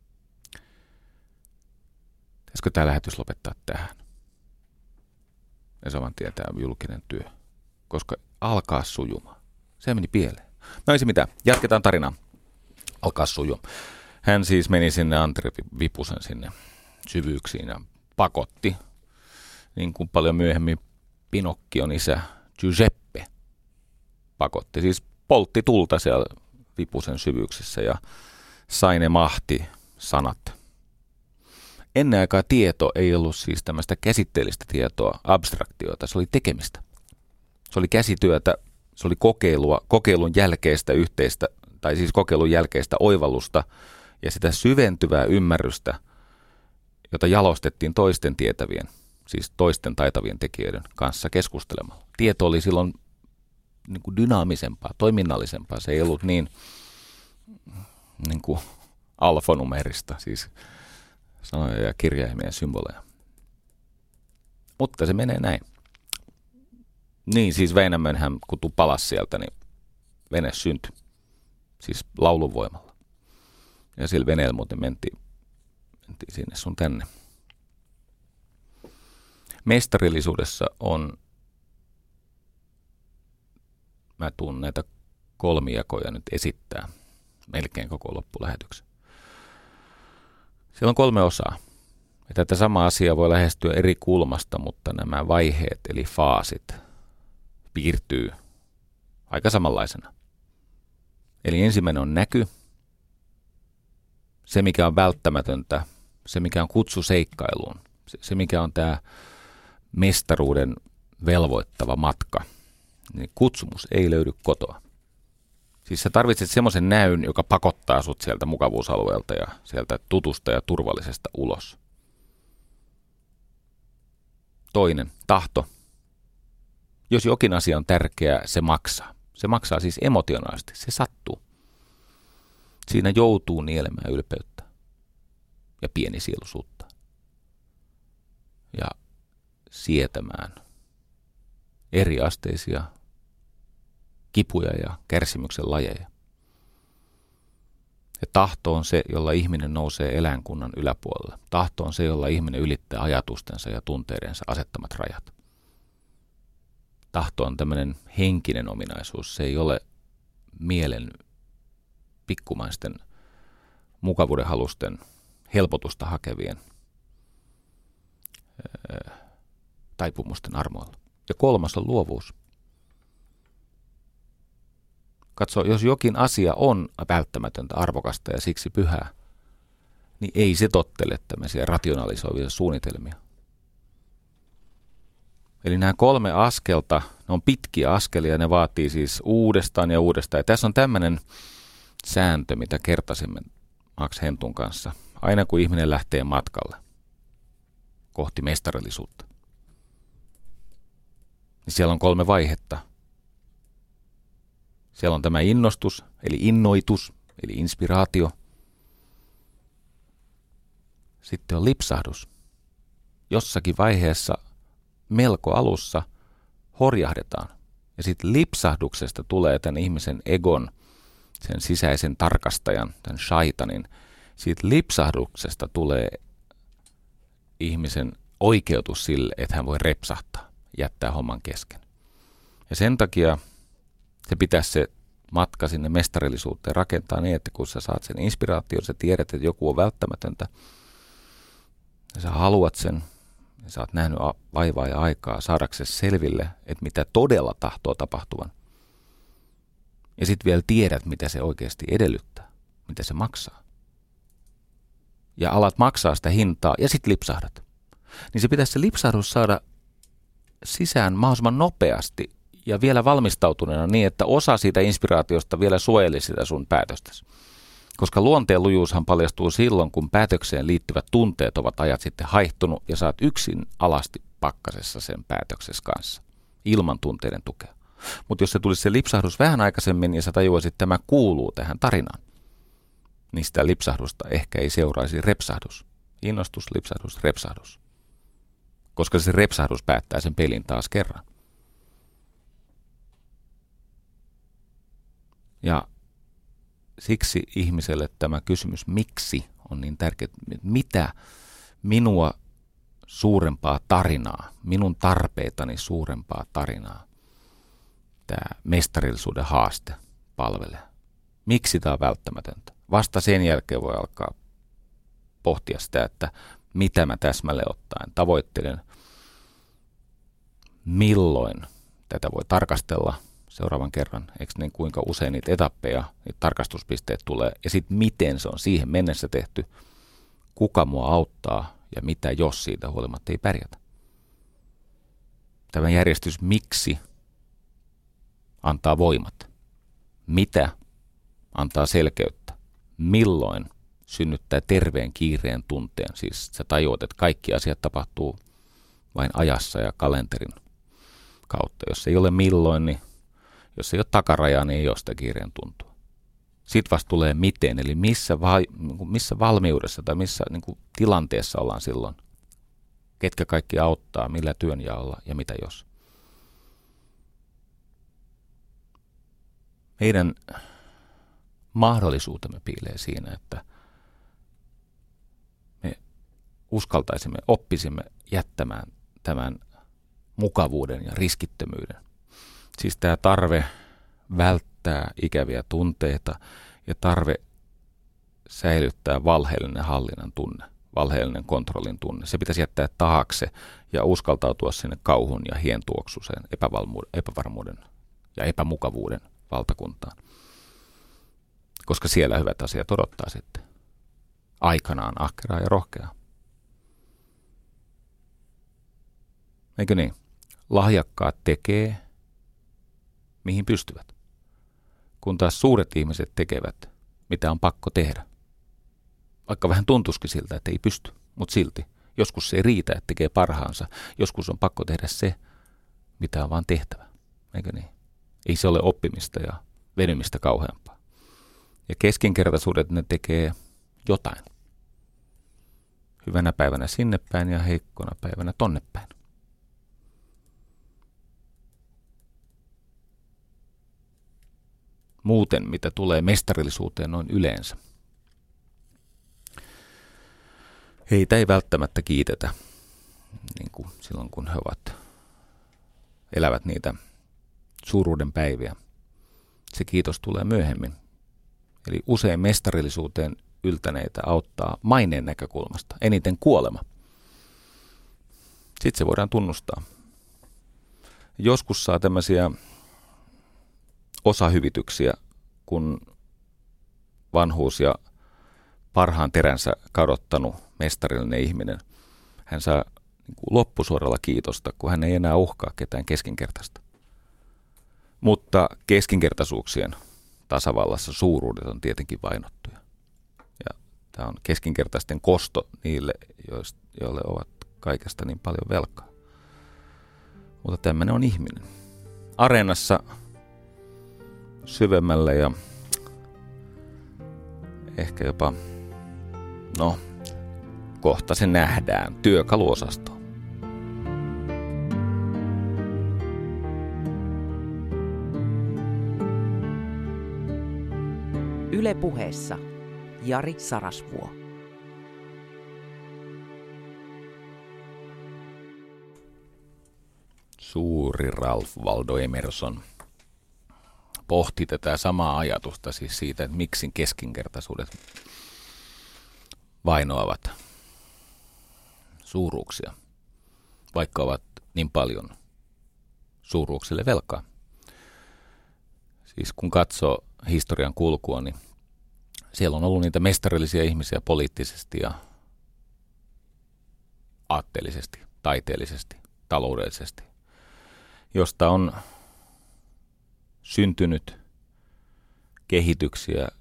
Pitäisikö tämä lähetys lopettaa tähän? Ja saman tien tämä julkinen työ, koska alkaa sujumaan. Se meni pieleen. No ei se mitään, jatketaan tarinaa. Alkaa sujua. Hän siis meni sinne Antero Vipusen sinne syvyyksiin ja pakotti, niin kuin paljon myöhemmin Pinokkion isä Giuseppe pakotti. Siis poltti tulta siellä Vipusen syvyyksissä ja sai ne mahti-sanat. Ennen aikaa tieto ei ollut siis tämmöistä käsitteellistä tietoa, abstraktiota, se oli tekemistä. Se oli käsityötä, se oli kokeilun jälkeistä yhteistä, tai siis kokeilun jälkeistä oivallusta ja sitä syventyvää ymmärrystä, jota jalostettiin toisten tietävien, siis toisten taitavien tekijöiden kanssa keskustelemalla. Tieto oli silloin niin kuin dynaamisempaa, toiminnallisempaa. Se ei ollut niin kuin alfanumerista, siis sanoja ja kirjaimia ja symboleja. Mutta se menee näin. Niin, siis Väinämöinen kun palasi sieltä, niin vene syntyi. Siis laulun voimalla. Ja sillä veneellä muuten mentiin sinne sun tänne. Mestarillisuudessa on, mä tuun näitä kolmijakoja nyt esittää melkein koko loppulähetyksen. Siellä on 3 osaa. Ja tätä samaa asiaa voi lähestyä eri kulmasta, mutta nämä vaiheet eli faasit piirtyy aika samanlaisena. Eli ensimmäinen on näky, se mikä on välttämätöntä, se mikä on kutsu seikkailuun, se mikä on tämä mestaruuden velvoittava matka, niin kutsumus ei löydy kotoa. Siis sä tarvitset semmoisen näyn, joka pakottaa sut sieltä mukavuusalueelta ja sieltä tutusta ja turvallisesta ulos. Toinen, tahto. Jos jokin asia on tärkeä, se maksaa. Se maksaa siis emotionaalisesti, se sattuu. Siinä joutuu nielemään ylpeyttä ja pienisieluisuutta ja sietämään eriasteisia kipuja ja kärsimyksen lajeja. Ja tahto on se, jolla ihminen nousee eläinkunnan yläpuolelle. Tahto on se, jolla ihminen ylittää ajatustensa ja tunteidensa asettamat rajat. Tahto on tämmöinen henkinen ominaisuus. Se ei ole mielen pikkumaisten mukavuudenhalusten helpotusta hakevien taipumusten armoilla. Ja kolmas on luovuus. Katso, jos jokin asia on välttämätöntä, arvokasta ja siksi pyhää, niin ei se tottele tämmöisiä rationalisoivia suunnitelmia. Eli nämä 3 askelta, ne on pitkiä askelia, ne vaatii siis uudestaan ja uudestaan. Ja tässä on tämmöinen sääntö, mitä kertasimme Max Hentun kanssa. Aina kun ihminen lähtee matkalle kohti mestarillisuutta, niin siellä on 3 vaihetta. Siellä on tämä innostus, eli innoitus, eli inspiraatio. Sitten on lipsahdus. Jossakin vaiheessa melko alussa horjahdetaan. Ja sitten lipsahduksesta tulee tämän ihmisen egon, sen sisäisen tarkastajan, tämän shaitanin. Siitä lipsahduksesta tulee ihmisen oikeutus sille, että hän voi repsahtaa, jättää homman kesken. Ja sen takia se pitäisi se matka sinne mestarillisuuteen rakentaa niin, että kun sä saat sen inspiraation, sä tiedät, että joku on välttämätöntä, ja sä haluat sen, ja sä oot nähnyt vaivaa ja aikaa saadaksesi selville, että mitä todella tahtoo tapahtuvan. Ja sitten vielä tiedät, mitä se oikeasti edellyttää, mitä se maksaa. Ja alat maksaa sitä hintaa, ja sitten lipsahdat. Niin se pitäisi se lipsahdus saada sisään mahdollisimman nopeasti, ja vielä valmistautuneena niin, että osa siitä inspiraatiosta vielä suojeli sitä sun päätöstäsi. Koska luonteen lujuushan paljastuu silloin, kun päätökseen liittyvät tunteet ovat ajat sitten haihtunut ja saat yksin alasti pakkasessa sen päätöksesi kanssa, ilman tunteiden tukea. Mutta jos se tulisi se lipsahdus vähän aikaisemmin ja sä tajuaisit, että tämä kuuluu tähän tarinaan, niin sitä lipsahdusta ehkä ei seuraisi repsahdus. Innostus, lipsahdus, repsahdus. Koska se repsahdus päättää sen pelin taas kerran. Ja siksi ihmiselle tämä kysymys, miksi, on niin tärkeä, mitä minua suurempaa tarinaa, minun tarpeitani suurempaa tarinaa tämä mestarillisuuden haaste palvelee. Miksi tämä on välttämätöntä? Vasta sen jälkeen voi alkaa pohtia sitä, että mitä mä täsmälleen ottaen tavoittelen, milloin tätä voi tarkastella seuraavan kerran, eikö niin kuinka usein niitä etappeja, niitä tarkastuspisteet tulee, ja sitten miten se on siihen mennessä tehty, kuka mua auttaa ja mitä jos siitä huolimatta ei pärjätä. Tämä järjestys miksi antaa voimat, mitä antaa selkeyttä, milloin synnyttää terveen kiireen tunteen, siis sä tajuat, että kaikki asiat tapahtuu vain ajassa ja kalenterin kautta. Jos ei ole milloin, niin jos ei ole takarajaa, niin ei ole sitä kiireen tuntua. Sitten vasta tulee miten, eli missä valmiudessa tai missä tilanteessa ollaan silloin. Ketkä kaikki auttaa, millä työnjaolla ja mitä jos. Meidän mahdollisuutemme piilee siinä, että me uskaltaisimme, oppisimme jättämään tämän mukavuuden ja riskittömyyden. Siis tämä tarve välttää ikäviä tunteita ja tarve säilyttää valheellinen hallinnan tunne, valheellinen kontrollin tunne. Se pitäisi jättää taakse ja uskaltautua sinne kauhun ja hientuoksuiseen epävarmuuden ja epämukavuuden valtakuntaan. koska siellä hyvät asiat odottaa sitten. Aikanaan ahkeraa ja rohkeaa. Eikö niin? Lahjakkaat tekee, mihin pystyvät. Kun taas suuret ihmiset tekevät, mitä on pakko tehdä. Vaikka vähän tuntuisikin siltä, että ei pysty, mutta silti. Joskus se ei riitä, että tekee parhaansa. Joskus on pakko tehdä se, mitä on vaan tehtävä. Eikö niin? Ei se ole oppimista ja venymistä kauheampaa. Ja keskinkertaisuudet ne tekee jotain. Hyvänä päivänä sinne päin ja heikkona päivänä tonne päin. Muuten, mitä tulee mestarillisuuteen noin yleensä. Heitä ei välttämättä kiitetä, niin kuin silloin kun he elävät niitä suuruuden päiviä. Se kiitos tulee myöhemmin. Eli usein mestarillisuuteen yltäneitä auttaa maineen näkökulmasta, eniten kuolema. Sitten se voidaan tunnustaa. Joskus saa tämmöisiä osahyvityksiä, kun vanhuus ja parhaan teränsä kadottanut mestarillinen ihminen, hän saa loppusuoralla kiitosta, kun hän ei enää uhkaa ketään keskinkertaista. Mutta keskinkertaisuuksien tasavallassa suuruudet on tietenkin vainottuja. Ja tämä on keskinkertaisten kosto niille, joille ovat kaikesta niin paljon velkaa. Mutta tämmöinen on ihminen. Areenassa syvemmälle ja ehkä jopa, kohta se nähdään, työkaluosasto. Yle Puheessa Jari Sarasvuo. Suuri Ralph Waldo Emerson pohti tätä samaa ajatusta, siis siitä, että miksi keskinkertaisuudet vainoavat suuruuksia, vaikka ovat niin paljon suuruuksille velkaa. Siis kun katsoo historian kulkua, niin siellä on ollut niitä mestarillisia ihmisiä poliittisesti ja aatteellisesti, taiteellisesti, taloudellisesti, josta on syntynyt kehityksiä,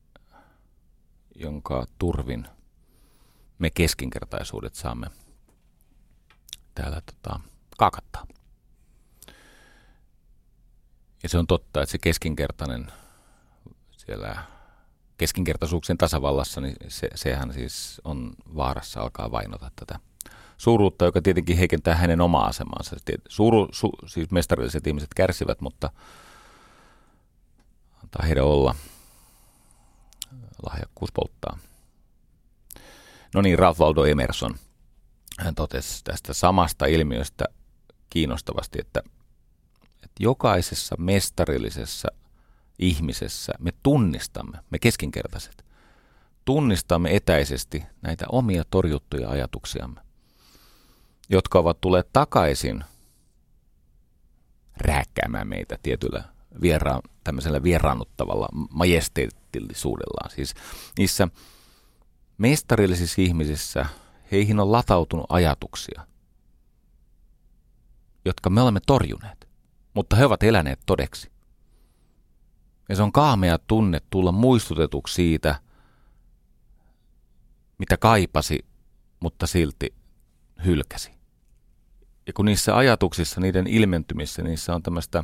jonka turvin me keskinkertaisuudet saamme täällä kaakattaa. Ja se on totta, että se keskinkertainen siellä keskinkertaisuuksien tasavallassa, niin sehän siis on vaarassa alkaa vainota tätä suuruutta, joka tietenkin heikentää hänen omaa asemaansa. Siis mestarilliset ihmiset kärsivät, mutta antaa heidän olla. Lahjakkuus polttaa. No niin, Ralph Waldo Emerson. Hän totesi tästä samasta ilmiöstä kiinnostavasti, että jokaisessa mestarillisessa ihmisessä me tunnistamme, me keskinkertaiset, tunnistamme etäisesti näitä omia torjuttuja ajatuksiamme, jotka ovat tulleet takaisin rääkkäämään meitä tietyllä tämmöisellä vieraannuttavalla majesteettillisuudellaan. Siis niissä mestarillisissa ihmisissä heihin on latautunut ajatuksia, jotka me olemme torjuneet, mutta he ovat eläneet todeksi. Ja se on kaamea tunne tulla muistutetuksi siitä, mitä kaipasi, mutta silti hylkäsi. Ja kun niissä ajatuksissa, niiden ilmentymissä, niissä on tämmöistä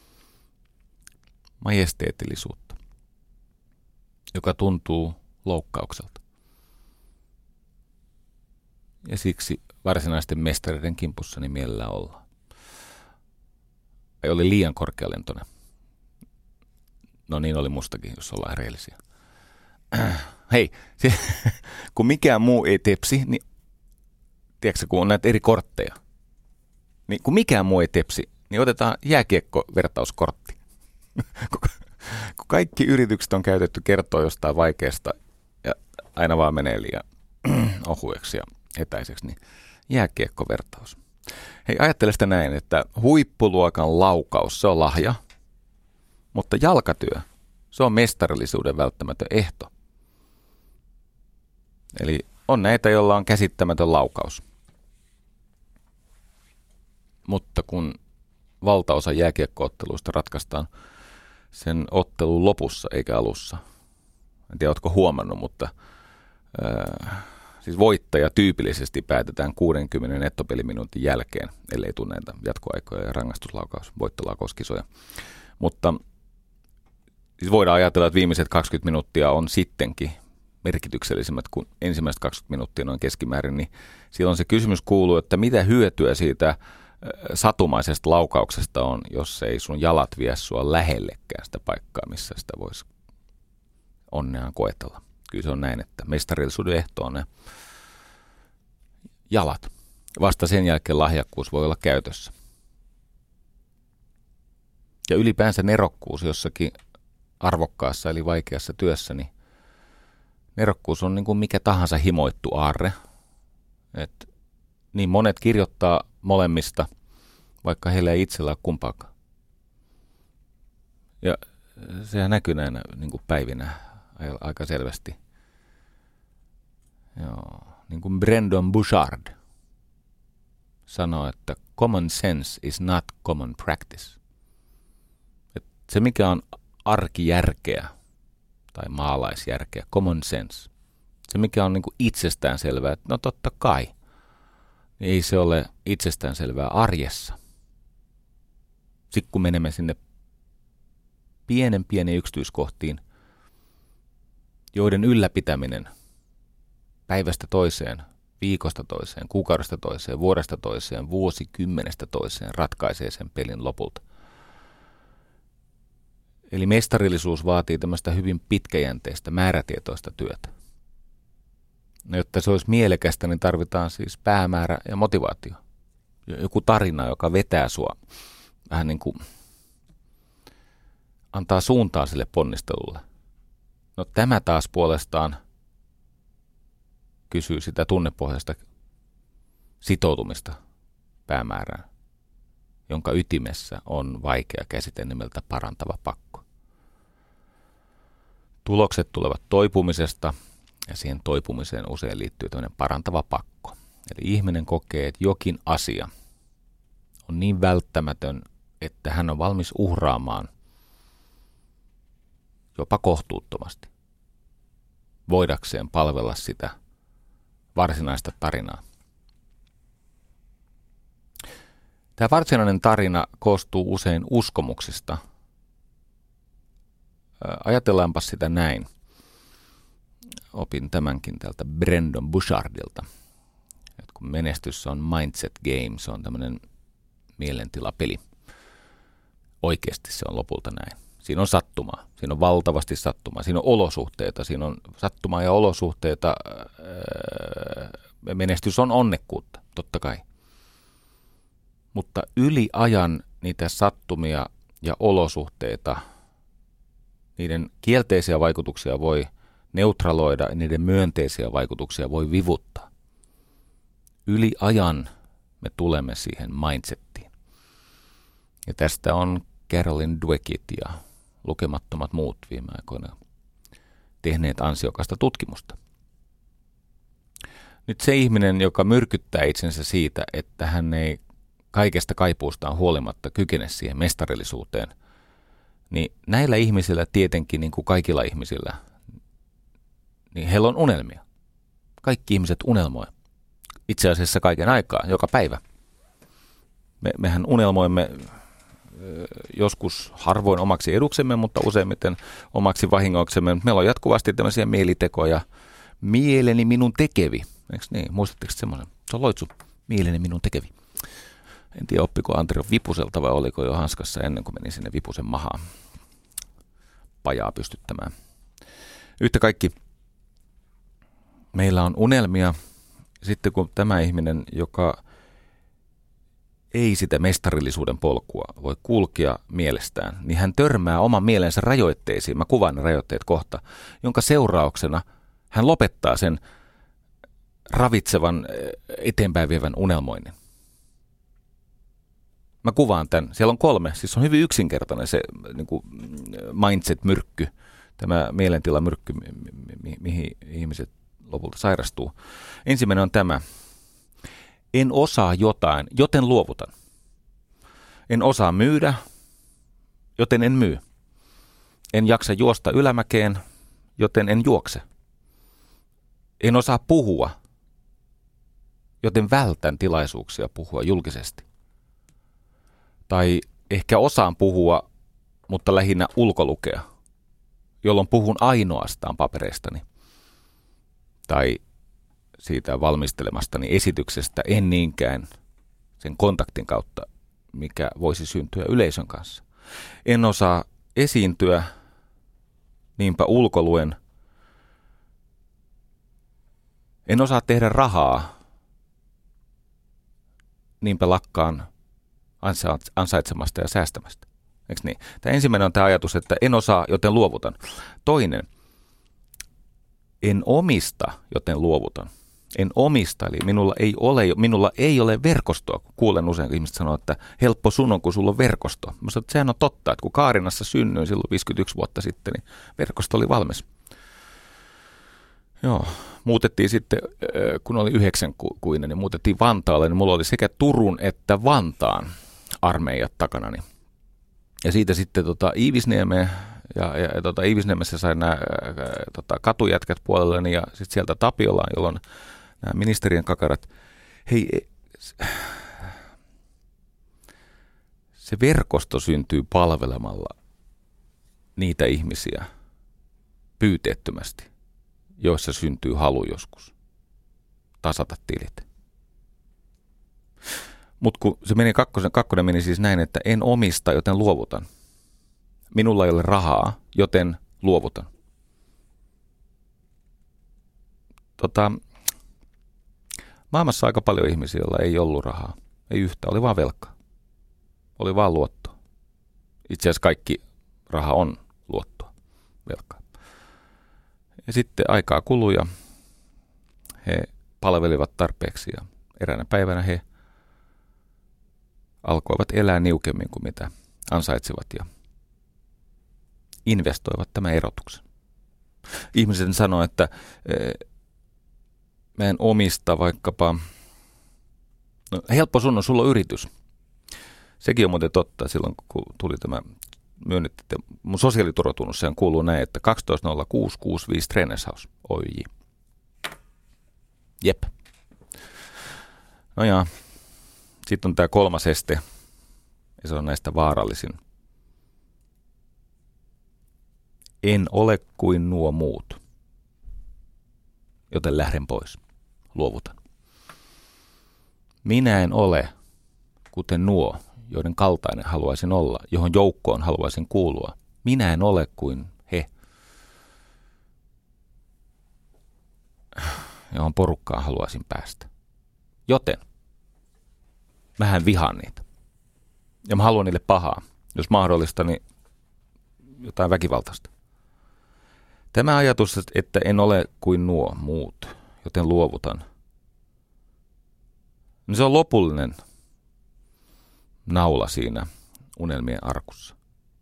majesteettillisuutta, joka tuntuu loukkaukselta. Ja siksi varsinaisten mestareiden kimpussa niin mielellään ollaan. Ei oli liian korkealentoinen. No niin oli mustakin, jos ollaan rehellisiä. Hei, kun mikään muu ei tepsi, niin tiedätkö, kun on näitä eri kortteja, niin kun mikään muu ei tepsi, niin otetaan jääkiekko-vertauskortti. Kun kaikki yritykset on käytetty kertoa jostain vaikeasta ja aina vaan menee liian ohueksi ja etäiseksi, niin jääkiekko-vertaus. Hei, ajattele sitä näin, että huippuluokan laukaus, se on lahja, mutta jalkatyö, Se on mestarillisuuden välttämätön ehto. Eli on näitä, joilla on käsittämätön laukaus. Mutta kun valtaosa jääkiekko-otteluista ratkaistaan sen ottelun lopussa eikä alussa. En tiedä, oletko huomannut, mutta siis voittaja tyypillisesti päätetään 60 nettopeliminuutin jälkeen, ellei tule näitä jatkoaikoja ja voittolaukauskisoja. Mutta siis voidaan ajatella, että viimeiset 20 minuuttia on sittenkin merkityksellisemmät kuin ensimmäiset 20 minuuttia noin keskimäärin, niin silloin se kysymys kuuluu, että mitä hyötyä siitä satumaisesta laukauksesta on, jos ei sun jalat vie sua lähellekään sitä paikkaa, missä sitä voisi onneaan koetella. Kyllä se on näin, että mestarillisuuden ehto on ne jalat. Vasta sen jälkeen lahjakkuus voi olla käytössä. Ja ylipäänsä nerokkuus jossakin arvokkaassa eli vaikeassa työssä, niin nerokkuus on niin kuin mikä tahansa himoittu aarre. Et niin monet kirjoittaa molemmista, vaikka heillä ei itsellä ole kumpaakaan. Ja sehän näkyy näinä niin kuin päivinä aika selvästi. Joo, niin kuin Brendon Burchard sanoo, että common sense is not common practice. Et se mikä on arkijärkeä tai maalaisjärkeä, common sense, se mikä on niin kuin itsestäänselvää, että no totta kai, niin ei se ole itsestäänselvää arjessa. Sitten kun menemme sinne pienen yksityiskohtiin, joiden ylläpitäminen päivästä toiseen, viikosta toiseen, kuukaudesta toiseen, vuodesta toiseen, vuosikymmenestä toiseen ratkaisee sen pelin lopulta. Eli mestarillisuus vaatii tämmöistä hyvin pitkäjänteistä, määrätietoista työtä. No, jotta se olisi mielekästä, niin tarvitaan siis päämäärä ja motivaatio. Joku tarina, joka vetää sua vähän niin kuin antaa suuntaa sille ponnistelulle. No tämä taas puolestaan kysyy sitä tunnepohjaista sitoutumista päämäärään, jonka ytimessä on vaikea käsite nimeltä parantava pakko. Tulokset tulevat toipumisesta ja siihen toipumiseen usein liittyy tämmöinen parantava pakko. Eli ihminen kokee, että jokin asia on niin välttämätön, että hän on valmis uhraamaan jopa kohtuuttomasti voidakseen palvella sitä varsinaista tarinaa. Tämä varsinainen tarina koostuu usein uskomuksista. Ajatellaanpa sitä näin. Opin tämänkin tältä Brendon Burchardilta. Et kun menestys on mindset game, se on tämmöinen mielentilapeli. Oikeasti se on lopulta näin. Siinä on sattumaa. Siinä on valtavasti sattumaa. Siinä on olosuhteita. Siinä on sattumaa ja olosuhteita. Menestys on onnekkuutta, totta kai. Mutta yli ajan niitä sattumia ja olosuhteita, niiden kielteisiä vaikutuksia voi neutraloida ja niiden myönteisiä vaikutuksia voi vivuttaa. Yli ajan me tulemme siihen mindsettiin. Ja tästä on Carolyn Dweckit ja lukemattomat muut viime aikoina tehneet ansiokasta tutkimusta. Nyt se ihminen, joka myrkyttää itsensä siitä, että hän ei kaikesta kaipuustaan huolimatta kykene siihen mestarillisuuteen, niin näillä ihmisillä tietenkin, niin kuin kaikilla ihmisillä, niin heillä on unelmia. Kaikki ihmiset unelmoi. Itse asiassa kaiken aikaa, joka päivä. Mehän unelmoimme joskus harvoin omaksi eduksemme, mutta useimmiten omaksi vahingoksemme. Meillä on jatkuvasti tämmöisiä mielitekoja. Mieleni minun tekevi. Eikö niin? Muistatteko semmoinen? Se on loitsu. Mieleni minun tekevi. En tiedä, oppiko Antero Vipuselta vai oliko jo hanskassa ennen kuin meni sinne Vipusen mahaan pajaa pystyttämään. Yhtä kaikki meillä on unelmia. Sitten kun tämä ihminen, joka ei sitä mestarillisuuden polkua voi kulkea mielestään, niin hän törmää oman mielensä rajoitteisiin. Mä kuvaan ne rajoitteet kohta, jonka seurauksena hän lopettaa sen ravitsevan eteenpäin vievän unelmoinnin. Mä kuvaan tämän. Siellä on 3. Siis on hyvin yksinkertainen se niin kuin mindset-myrkky, tämä mielentilamyrkky, mihin ihmiset lopulta sairastuu. Ensimmäinen on tämä. En osaa jotain, joten luovutan. En osaa myydä, joten en myy. En jaksa juosta ylämäkeen, joten en juokse. En osaa puhua, joten vältän tilaisuuksia puhua julkisesti. Tai ehkä osaan puhua, mutta lähinnä ulkolukea, jolloin puhun ainoastaan papereistani. Tai siitä valmistelemastani esityksestä, en niinkään sen kontaktin kautta, mikä voisi syntyä yleisön kanssa. En osaa esiintyä, niinpä ulkoluen. En osaa tehdä rahaa, niinpä lakkaan ansaitsemasta ja säästämästä. Eikö niin? Tämä ensimmäinen on tämä ajatus, että en osaa, joten luovutan. Toinen, en omista, joten luovutan. En omista, eli minulla ei ole verkostoa. Kuulen usein, kun ihmiset sanoo, että helppo sun on, kun sulla on verkosto. Mä sanon, että sehän on totta, että kun Kaarinassa synnyin silloin 51 vuotta sitten, niin verkosto oli valmis. Joo, muutettiin sitten, kun oli 9-kuinen, niin muutettiin Vantaalle, niin mulla oli sekä Turun että Vantaan armeijat takanani. Ja siitä sitten Iivisniemeen, ja Iivisniemessä sain nämä katujätkät puolelleni, ja sitten sieltä Tapiolaan, jolloin nämä ministerien kakarat. Hei, se verkosto syntyy palvelemalla niitä ihmisiä pyyteettömästi, joissa syntyy halu joskus tasata tilit. Mutta kun se meni kakkonen meni siis näin, että en omista, joten luovutan. Minulla ei ole rahaa, joten luovutan. Maailmassa on aika paljon ihmisiä, joilla ei ollut rahaa. Ei yhtään, oli vaan velkaa. Oli vaan luottoa. Itse asiassa kaikki raha on luottoa, velkaa. Ja sitten aikaa kului ja he palvelivat tarpeeksi ja eräänä päivänä he alkoivat elää niukemmin kuin mitä ansaitsivat ja investoivat tämän erotuksen. Ihmiset sanoo, että mä en omista vaikkapa, no helppo sun on, sulla on yritys. Sekin on muuten totta silloin, kun tuli tämä myönnetty, että mun sosiaaliturvatunnussahan kuuluu näin, että 12.06.65 Trainershouse OJ. Jep. No ja sitten on tämä 3. este, ja se on näistä vaarallisin. En ole kuin nuo muut, joten lähden pois. Luovutan. Minä en ole kuten nuo, joiden kaltainen haluaisin olla, johon joukkoon haluaisin kuulua. Minä en ole kuin he, johon porukkaan haluaisin päästä. Joten mähän vihaan niitä. Ja mä haluan niille pahaa. Jos mahdollista, niin jotain väkivaltaista. Tämä ajatus, että en ole kuin nuo muut, joten luovutan, niin se on lopullinen naula siinä unelmien arkussa.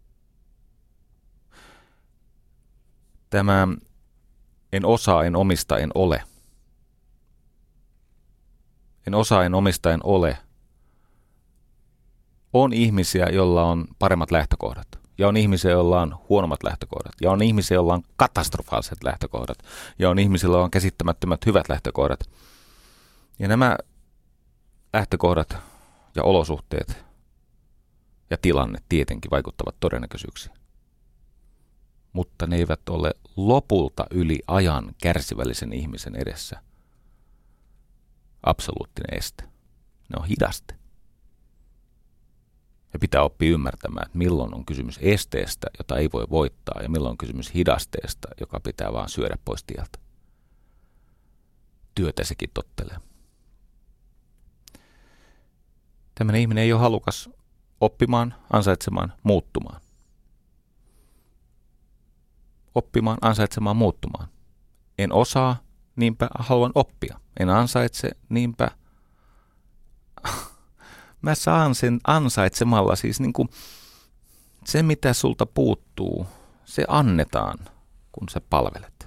Tämä en osaa, en omista, en ole. En osaa, en omista, en ole. On ihmisiä, joilla on paremmat lähtökohdat. Ja on ihmisiä, joilla on huonommat lähtökohdat. Ja on ihmisiä, joilla on katastrofaaliset lähtökohdat. Ja on ihmisiä, joilla on käsittämättömät hyvät lähtökohdat. Ja nämä lähtökohdat ja olosuhteet ja tilanne tietenkin vaikuttavat todennäköisyyksiin. Mutta ne eivät ole lopulta yli ajan kärsivällisen ihmisen edessä absoluuttinen este. Ne on hidaste. Ja pitää oppia ymmärtämään, että milloin on kysymys esteestä, jota ei voi voittaa, ja milloin on kysymys hidasteesta, joka pitää vaan syödä pois tieltä. Työtä sekin tottelee. Tämmöinen ihminen ei ole halukas oppimaan, ansaitsemaan, muuttumaan. Oppimaan, ansaitsemaan, muuttumaan. En osaa, niinpä haluan oppia. En ansaitse, niinpä Mä saan sen ansaitsemalla, siis niin kuin se mitä sulta puuttuu, se annetaan, kun sä palvelet.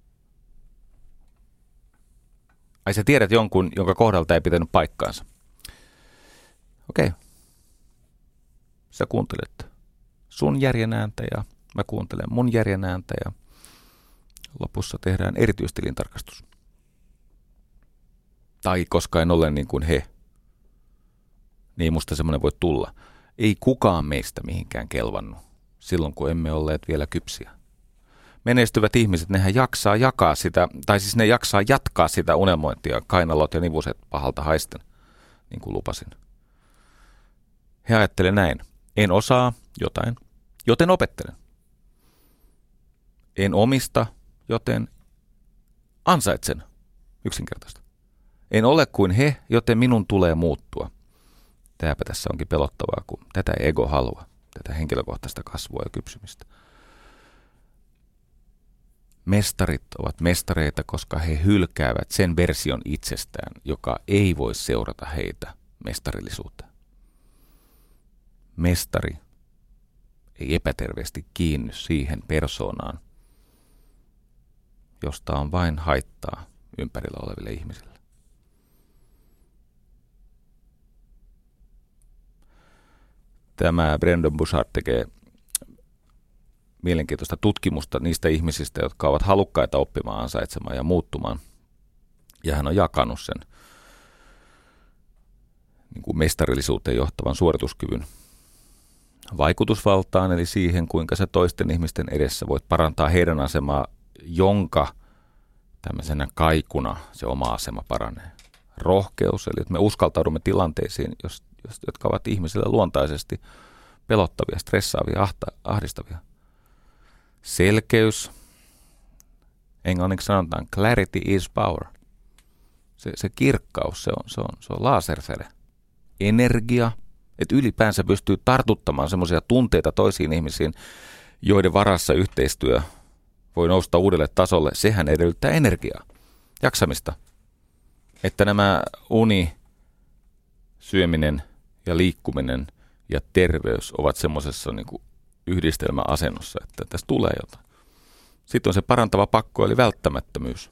Ai sä tiedät jonkun, jonka kohdalta ei pitänyt paikkaansa. Okei. Sä kuuntelet sun järjen ääntä ja mä kuuntelen mun järjen ääntä ja lopussa tehdään erityistilintarkastus. Tai koska en ole niin kuin he, niin musta semmoinen voi tulla. Ei kukaan meistä mihinkään kelvannut silloin, kun emme olleet vielä kypsiä. Menestyvät ihmiset, nehän jaksaa jakaa sitä, tai siis ne jaksaa jatkaa sitä unelmointia, kainalot ja nivuset pahalta haisten, niin kuin lupasin. He ajattelevat näin. En osaa jotain, joten opettelen. En omista, joten ansaitsen. Yksinkertaista. En ole kuin he, joten minun tulee muuttua. Tämäpä tässä onkin pelottavaa, kun tätä ego halua, tätä henkilökohtaista kasvua ja kypsymistä. Mestarit ovat mestareita, koska he hylkäävät sen version itsestään, joka ei voi seurata heitä mestarillisuuteen. Mestari ei epäterveesti kiinny siihen persoonaan, josta on vain haittaa ympärillä oleville ihmisille. Tämä Brendon Burchard tekee mielenkiintoista tutkimusta niistä ihmisistä, jotka ovat halukkaita oppimaan, ansaitsemaan ja muuttumaan. Ja hän on jakanut sen niin kuin mestarillisuuteen johtavan suorituskyvyn vaikutusvaltaan, eli siihen, kuinka sä toisten ihmisten edessä voit parantaa heidän asemaa, jonka tämmöisenä kaikuna se oma asema paranee. Rohkeus, eli että me uskaltaudumme tilanteisiin, jotka ovat ihmisille luontaisesti pelottavia, stressaavia, ahdistavia. Selkeys, englanniksi sanotaan clarity is power. Se kirkkaus, se on laserfele. Energia, että ylipäänsä pystyy tartuttamaan semmoisia tunteita toisiin ihmisiin, joiden varassa yhteistyö voi nousta uudelle tasolle. Sehän edellyttää energiaa, jaksamista. Että nämä uni, syöminen ja liikkuminen ja terveys ovat semmoisessa niin kuin yhdistelmäasennossa, että tästä tulee jotain. Sitten on se parantava pakko, eli välttämättömyys.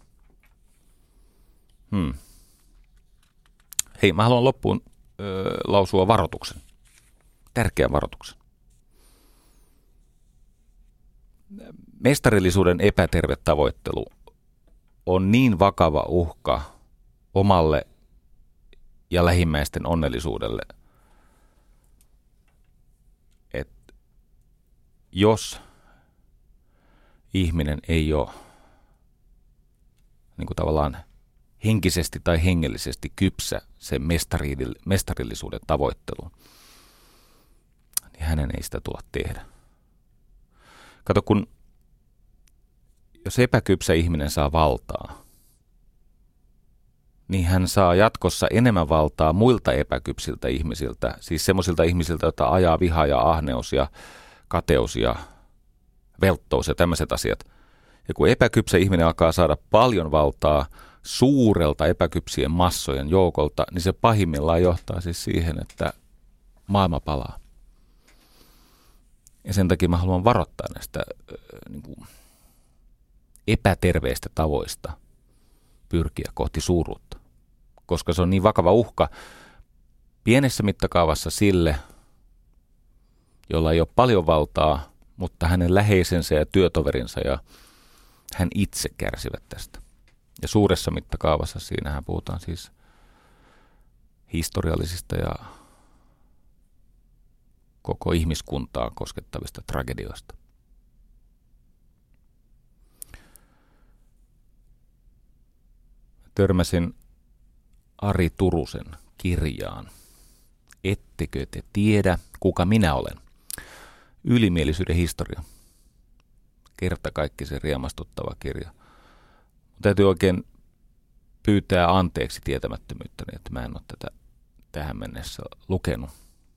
Hei, mä haluan loppuun lausua varoituksen. Tärkeän varoituksen. Mestarillisuuden epäterve tavoittelu on niin vakava uhka omalle ja lähimmäisten onnellisuudelle, että jos ihminen ei ole niin kuin tavallaan henkisesti tai hengellisesti kypsä sen mestarillisuuden tavoitteluun, niin hänen ei sitä tule tehdä. Kato, jos epäkypsä ihminen saa valtaa, niin hän saa jatkossa enemmän valtaa muilta epäkypsiltä ihmisiltä, siis semmoisilta ihmisiltä, joita ajaa viha ja ahneus ja kateus ja velttous ja tämmöiset asiat. Ja kun epäkypsä ihminen alkaa saada paljon valtaa suurelta epäkypsien massojen joukolta, niin se pahimmillaan johtaa siis siihen, että maailma palaa. Ja sen takia mä haluan varoittaa näistä niin kuin epäterveistä tavoista pyrkiä kohti suuruutta, koska se on niin vakava uhka pienessä mittakaavassa sille, jolla ei ole paljon valtaa, mutta hänen läheisensä ja työtoverinsa ja hän itse kärsivät tästä. Ja suuressa mittakaavassa siinähän puhutaan siis historiallisista ja koko ihmiskuntaa koskettavista tragedioista. Törmäsin Ari Turusen kirjaan Ettekö te tiedä, kuka minä olen? Ylimielisyyden historia. Kertakaikkisen riemastuttava kirja. Täytyy oikein pyytää anteeksi tietämättömyyttäni, että mä en ole tätä tähän mennessä lukenut.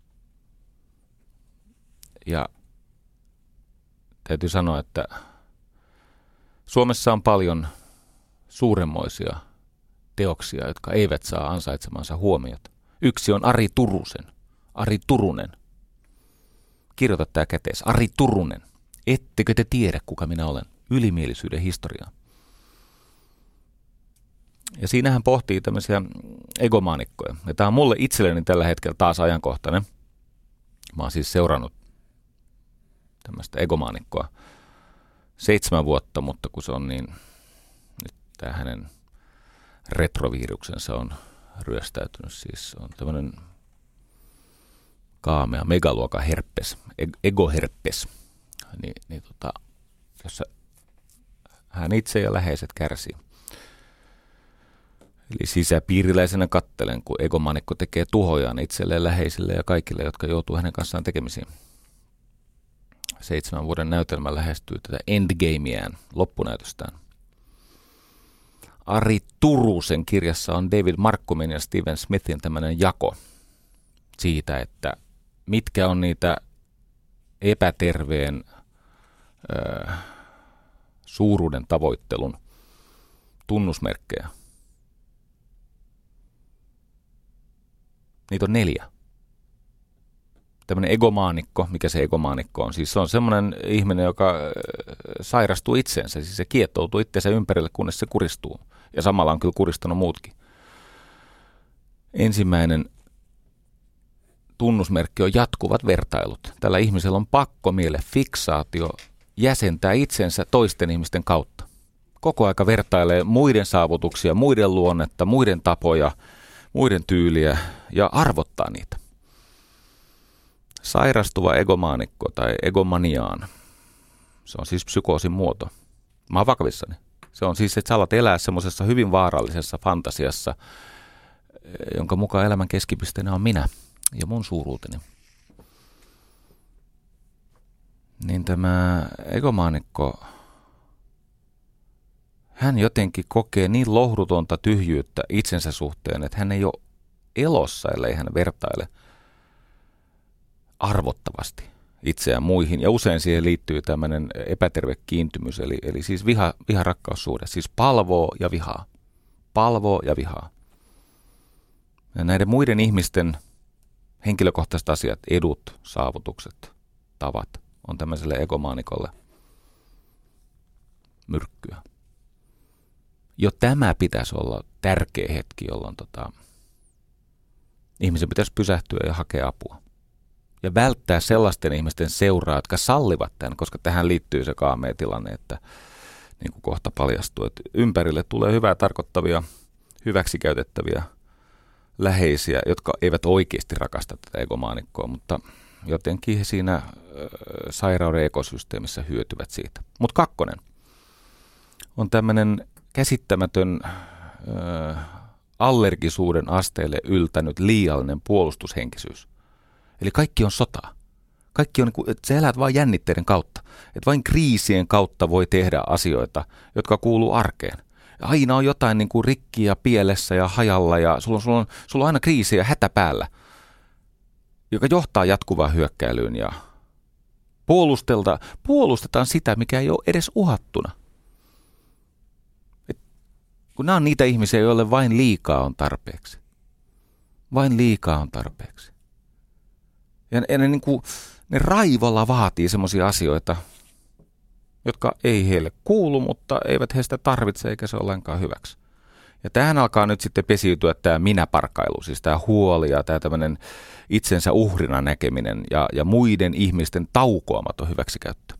Ja täytyy sanoa, että Suomessa on paljon suuremmoisia teoksia, jotka eivät saa ansaitsemansa huomiota. Yksi on Ari Turusen. Ari Turunen. Kirjoita tämä kätees. Ari Turunen. Ettekö te tiedä, kuka minä olen? Ylimielisyyden historiaa. Ja siinä hän pohtii tämmöisiä egomaanikkoja. Ja tämä on mulle itselleni tällä hetkellä taas ajankohtainen. Mä oon siis seurannut tämmöistä egomaanikkoa 7 vuotta, mutta kun se on niin, nyt tämä hänen retroviruksensa on ryöstäytynyt. Siis on tämmöinen kaamea megaluokan herpes, egoherpes, jossa hän itse ja läheiset kärsii. Eli sisäpiiriläisenä kattelen, kun egomaanikko tekee tuhojaan itselleen, läheisille ja kaikille, jotka joutuu hänen kanssaan tekemisiin. 7 vuoden näytelmä lähestyy tätä endgameään, loppunäytöstään. Ari Turusen kirjassa on David Markkumin ja Steven Smithin tämmöinen jako siitä, että mitkä on niitä epäterveen suuruuden tavoittelun tunnusmerkkejä. Niitä on 4. Tämmöinen egomaanikko, mikä se egomaanikko on? Siis se on semmoinen ihminen, joka sairastuu itseensä, siis se kiettoutuu itseensä ympärille, kunnes se kuristuu. Ja samalla on kyllä kuristanut muutkin. Ensimmäinen tunnusmerkki on jatkuvat vertailut. Tällä ihmisellä on pakkomielle fiksaatio jäsentää itsensä toisten ihmisten kautta. Koko aika vertailee muiden saavutuksia, muiden luonnetta, muiden tapoja, muiden tyyliä ja arvottaa niitä. Sairastuva egomaanikko tai egomaniaan, se on siis psykoosin muoto. Mä oon vakavissani. Se on siis, että sä alat elää semmoisessa hyvin vaarallisessa fantasiassa, jonka mukaan elämän keskipisteenä on minä ja mun suuruuteni. Niin tämä egomaanikko, hän jotenkin kokee niin lohdutonta tyhjyyttä itsensä suhteen, että hän ei ole elossa, ellei hän vertaile arvottavasti itseään muihin. Ja usein siihen liittyy tämmöinen epäterve kiintymys, eli siis viha-rakkaussuhde. Siis palvoo ja vihaa. Palvoo ja vihaa. Ja näiden muiden ihmisten henkilökohtaiset asiat, edut, saavutukset, tavat on tämmöiselle egomaanikolle myrkkyä. Jo tämä pitäisi olla tärkeä hetki, jolloin ihmisen pitäisi pysähtyä ja hakea apua. Ja välttää sellaisten ihmisten seuraa, jotka sallivat tämän, koska tähän liittyy se kaamea tilanne, että niin kuin kohta paljastuu, että ympärille tulee hyvää tarkoittavia, hyväksikäytettäviä läheisiä, jotka eivät oikeasti rakasta tätä egomaanikkoa, mutta jotenkin he siinä sairauden ekosysteemissä hyötyvät siitä. Mutta 2 on tämmöinen käsittämätön allergisuuden asteelle yltänyt liiallinen puolustushenkisyys. Eli kaikki on sotaa. Kaikki on, että sä elät vain jännitteiden kautta. Että vain kriisien kautta voi tehdä asioita, jotka kuuluu arkeen. Aina on jotain niin kuin rikkiä pielessä ja hajalla ja sulla on aina kriisi ja hätä päällä, joka johtaa jatkuvaan hyökkäilyyn ja puolustetaan sitä, mikä ei ole edes uhattuna. Kun nämä on niitä ihmisiä, joille vain liikaa on tarpeeksi. Vain liikaa on tarpeeksi. Ja ne raivolla vaatii semmoisia asioita, jotka ei heille kuulu, mutta eivät he sitä tarvitse eikä se ole ollenkaan hyväksi. Ja tähän alkaa nyt sitten pesiytyä tämä minäparkailu, siis tämä huoli ja tämä tämmöinen itsensä uhrina näkeminen ja muiden ihmisten taukoamaton hyväksikäyttö.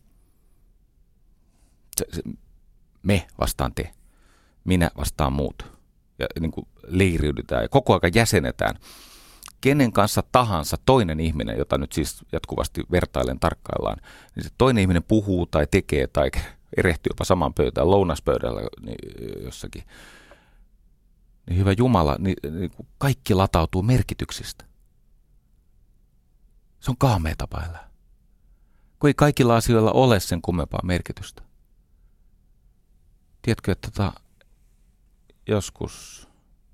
Me vastaan te, minä vastaan muut. Ja niin kuin leiriydytään ja koko ajan jäsenetään. Kenen kanssa tahansa toinen ihminen, jota nyt siis jatkuvasti vertailen tarkkaillaan, niin se toinen ihminen puhuu tai tekee tai erehtyy jopa saman pöytään, lounaspöydällä jossakin. Niin hyvä Jumala, niin kaikki latautuu merkityksistä. Se on kaamea tapa elää. Kun ei kaikilla asioilla ole sen kummempaa merkitystä. Tiedätkö, että joskus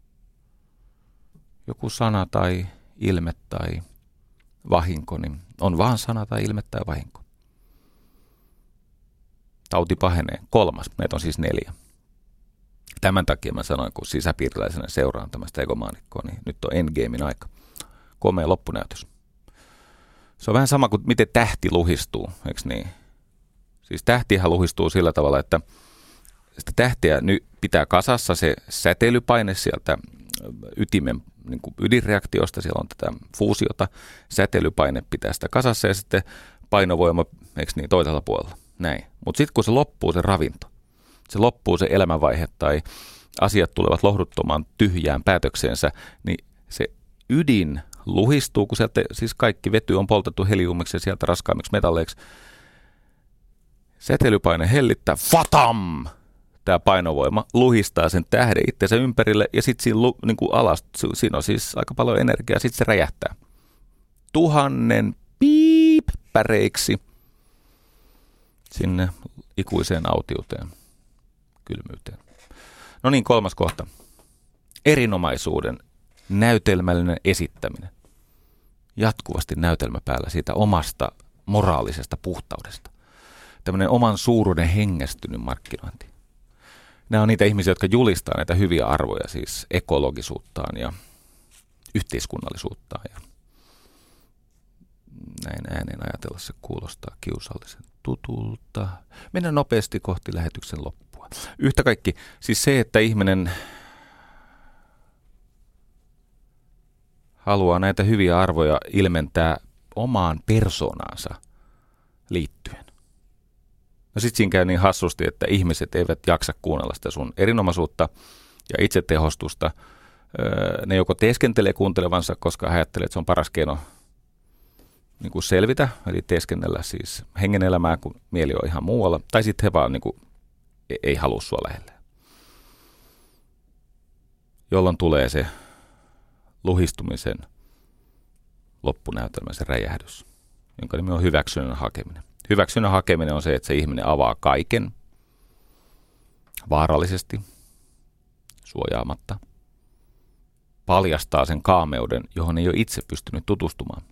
joku sana tai ilme tai vahinko, niin on vaan sana tai ilme tai vahinko. Tauti pahenee. 3, meitä on siis 4. Tämän takia mä sanoin, kun sisäpiiriläisenä seuraan tämmöistä egomaanikkoa, niin nyt on endgamein aika. Komea loppunäytös. Se on vähän sama kuin miten tähti luhistuu, eikö niin? Siis tähtihän luhistuu sillä tavalla, että sitä tähtiä nyt pitää kasassa se säteilypaine sieltä ytimen niin kuin ydinreaktiosta, siellä on tätä fuusiota, säteilypaine pitää sitä kasassa ja sitten painovoima, eikö niin, toisella puolella. Näin. Mutta sitten kun se loppuu se ravinto, se loppuu se elämänvaihe tai asiat tulevat lohduttomaan tyhjään päätökseensä, niin se ydin luhistuu, kun sieltä siis kaikki vety on poltettu heliumiksi ja sieltä raskaammiksi metalleiksi. Säteilypaine hellittää, fatam! Tämä painovoima luhistaa sen tähden itsensä ympärille ja sitten siinä niin kuin alas, siinä on siis aika paljon energiaa, sitten se räjähtää 1000 piippäreiksi sinne ikuiseen autiuteen, kylmyyteen. No niin, 3. kohta. Erinomaisuuden näytelmällinen esittäminen. Jatkuvasti näytelmä päällä siitä omasta moraalisesta puhtaudesta. Tämmöinen oman suuruuden hengästynyt markkinointi. Nämä on niitä ihmisiä, jotka julistaa näitä hyviä arvoja, siis ekologisuuttaan ja yhteiskunnallisuuttaan. Ja näin ääneen ajatella se kuulostaa kiusallisen tutulta. Mennään nopeasti kohti lähetyksen loppua. Yhtä kaikki, siis se, että ihminen haluaa näitä hyviä arvoja ilmentää omaan persoonaansa liittyen. No sit siinä käy niin hassusti, että ihmiset eivät jaksa kuunnella sitä sun erinomaisuutta ja itsetehostusta. Ne joko teeskentelee kuuntelevansa, koska ajattelee, että se on paras keino niin kuin selvitä, eli teeskennellä siis hengen elämää, kun mieli on ihan muualla. Tai sitten he vaan niin kuin, ei halua sua lähelle. Jolloin tulee se luhistumisen loppunäytelmä, se räjähdys, jonka nimi on hyväksynnän hakeminen. Hyväksynnän hakeminen on se, että se ihminen avaa kaiken vaarallisesti, suojaamatta, paljastaa sen kaameuden, johon ei ole itse pystynyt tutustumaan.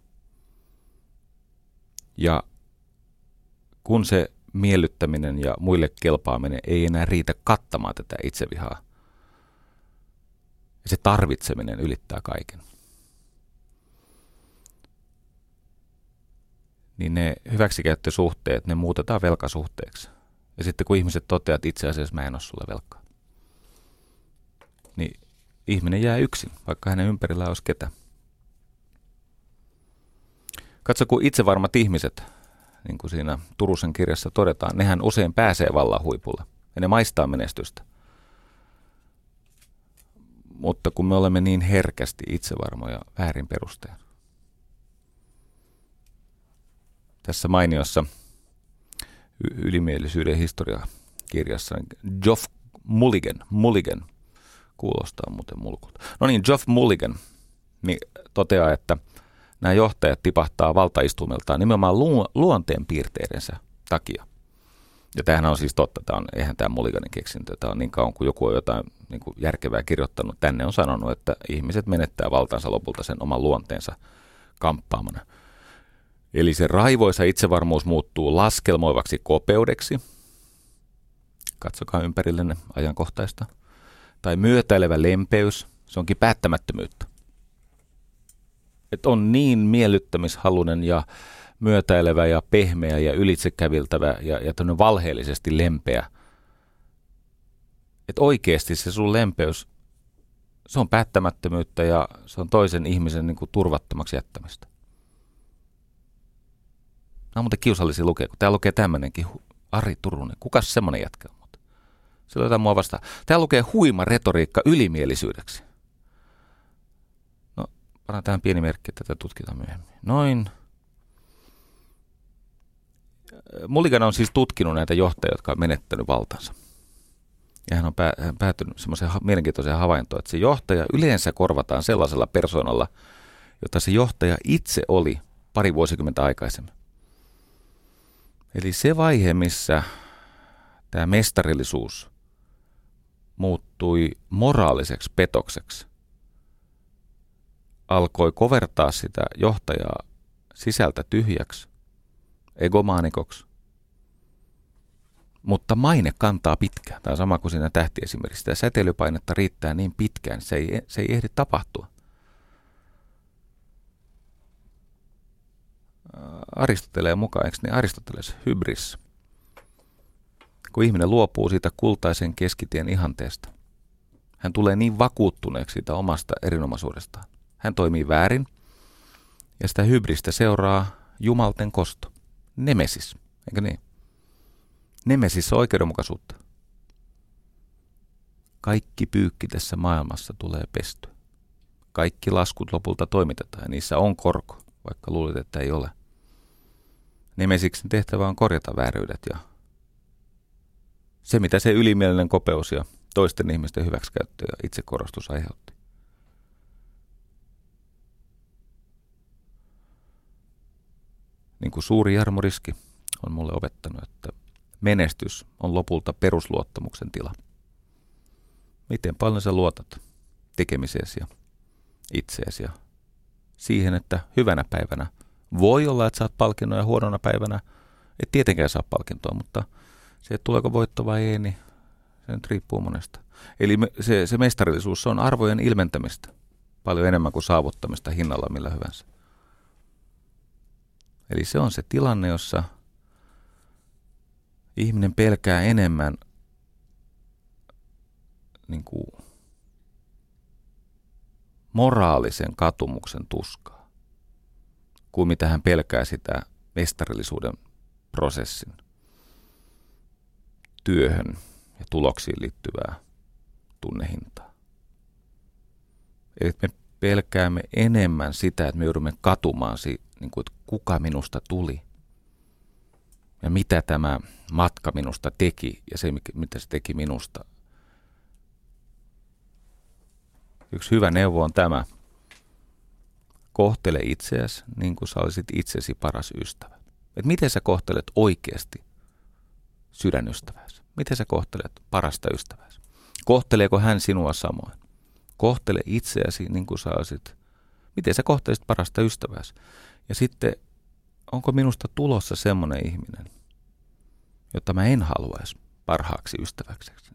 Ja kun se miellyttäminen ja muille kelpaaminen ei enää riitä kattamaan tätä itsevihaa, se tarvitseminen ylittää kaiken, niin ne hyväksikäyttösuhteet, ne muutetaan velkasuhteeksi. Ja sitten kun ihmiset toteavat, että itse asiassa mä en ole sulle velkaa, niin ihminen jää yksin, vaikka hänen ympärillään olisi ketä. Katso, kun itsevarmat ihmiset, niin kuin siinä Turusen kirjassa todetaan, nehän usein pääsee vallan huipulle ja ne maistaa menestystä. Mutta kun me olemme niin herkästi itsevarmoja väärin perustein. Tässä mainiossa ylimielisyyden historiakirjassa Geoff Mulligan kuulostaa muuten mulkulta. No niin, Geoff Mulligan niin toteaa, että nämä johtajat tipahtaa valtaistumeltaan nimenomaan luonteen piirteidensä takia. Ja tämähän on siis totta, eihän tämä Mulliganin keksintö. Tämä on niin kauan, kun joku on jotain niin kuin järkevää kirjoittanut. Tänne on sanonut, että ihmiset menettää valtansa lopulta sen oman luonteensa kamppaamana. Eli se raivoisa itsevarmuus muuttuu laskelmoivaksi kopeudeksi. Katsokaa ympärillenne ajankohtaista. Tai myötäilevä lempeys, se onkin päättämättömyyttä. Että on niin miellyttämishalunen ja myötäilevä ja pehmeä ja ylitsekäviltävä ja valheellisesti lempeä. Että oikeasti se sun lempeys, se on päättämättömyyttä ja se on toisen ihmisen niin kuin turvattomaksi jättämistä. Nämä on muuten kiusallisia lukea, kun täällä lukee tämmöinenkin Ari Turunen. Kukas semmoinen jätkä on? Se on jotain mua vastaan. Täällä lukee huima retoriikka ylimielisyydeksi. No, paran tähän pieni merkki, että tätä tutkitaan myöhemmin. Noin. Mulligan on siis tutkinut näitä johtajia, jotka on menettänyt valtansa. Ja hän on päätynyt semmoiseen mielenkiintoiseen havaintoon, että se johtaja yleensä korvataan sellaisella persoonalla, jota se johtaja itse oli pari vuosikymmentä aikaisemmin. Eli se vaihe, missä tämä mestarillisuus muuttui moraaliseksi petokseksi, alkoi kovertaa sitä johtajaa sisältä tyhjäksi, egomaanikoksi, Mutta maine kantaa pitkään. Tämä on sama kuin siinä tähtiesimerkissä. Tämä säteilypainetta riittää niin pitkään, se ei ehdi tapahtua. Aristoteleen mukaan, eikö niin Aristoteles hybris? Kun ihminen luopuu siitä kultaisen keskitien ihanteesta, hän tulee niin vakuuttuneeksi siitä omasta erinomaisuudestaan. Hän toimii väärin ja sitä hybristä seuraa jumalten kosto. Nemesis, eikö niin? Nemesis on oikeudenmukaisuutta. Kaikki pyykki tässä maailmassa tulee pestyä. Kaikki laskut lopulta toimitetaan ja niissä on korko, vaikka luulet, että ei ole. Nemesiksen tehtävä on korjata vääryydet ja se, mitä se ylimielinen kopeus ja toisten ihmisten hyväksikäyttö ja itsekorostus aiheutti. Niin kuin suuri Jarmo Riski on mulle opettanut, että menestys on lopulta perusluottamuksen tila. Miten paljon sä luotat tekemiseesi ja itseesi ja siihen, että hyvänä päivänä voi olla, että saat palkinnon ja huonona päivänä et tietenkään saa palkintoa, mutta se, että tuleeko voitto vai ei, niin se nyt riippuu monesta. Eli se mestarillisuus se on arvojen ilmentämistä paljon enemmän kuin saavuttamista hinnalla millä hyvänsä. Eli se on se tilanne, jossa ihminen pelkää enemmän niin kuin moraalisen katumuksen tuskaa kuin mitä hän pelkää sitä mestarillisuuden prosessin työhön ja tuloksiin liittyvää tunnehintaa. Eli me pelkäämme enemmän sitä, että me joudumme katumaan niin kuin, että kuka minusta tuli ja mitä tämä matka minusta teki ja se, mitä se teki minusta. Yksi hyvä neuvo on tämä. Kohtele itseäsi niin kuin sä olisit itsesi paras ystävä. Et miten sä kohtelet oikeasti sydänystävääsi? Miten sä kohtelet parasta ystävääsi? Kohteleeko hän sinua samoin? Kohtele itseäsi niin kuin sä olisit. Miten sä kohtelisit parasta ystävääsi? Ja sitten, onko minusta tulossa semmoinen ihminen, jota mä en haluaisi parhaaksi ystäväkseni?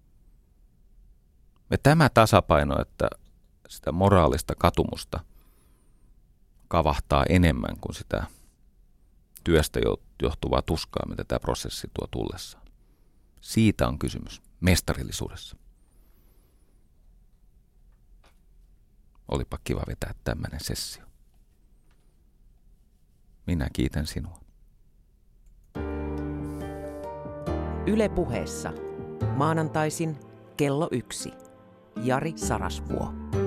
Ja tämä tasapaino, että sitä moraalista katumusta kavahtaa enemmän kuin sitä työstä johtuvaa tuskaa, mitä tämä prosessi tuo tullessaan. Siitä on kysymys mestarillisuudessa. Olipa kiva vetää tämmöinen sessio. Minä kiitän sinua. Yle Puheessa. Maanantaisin kello 1. Jari Sarasvuo.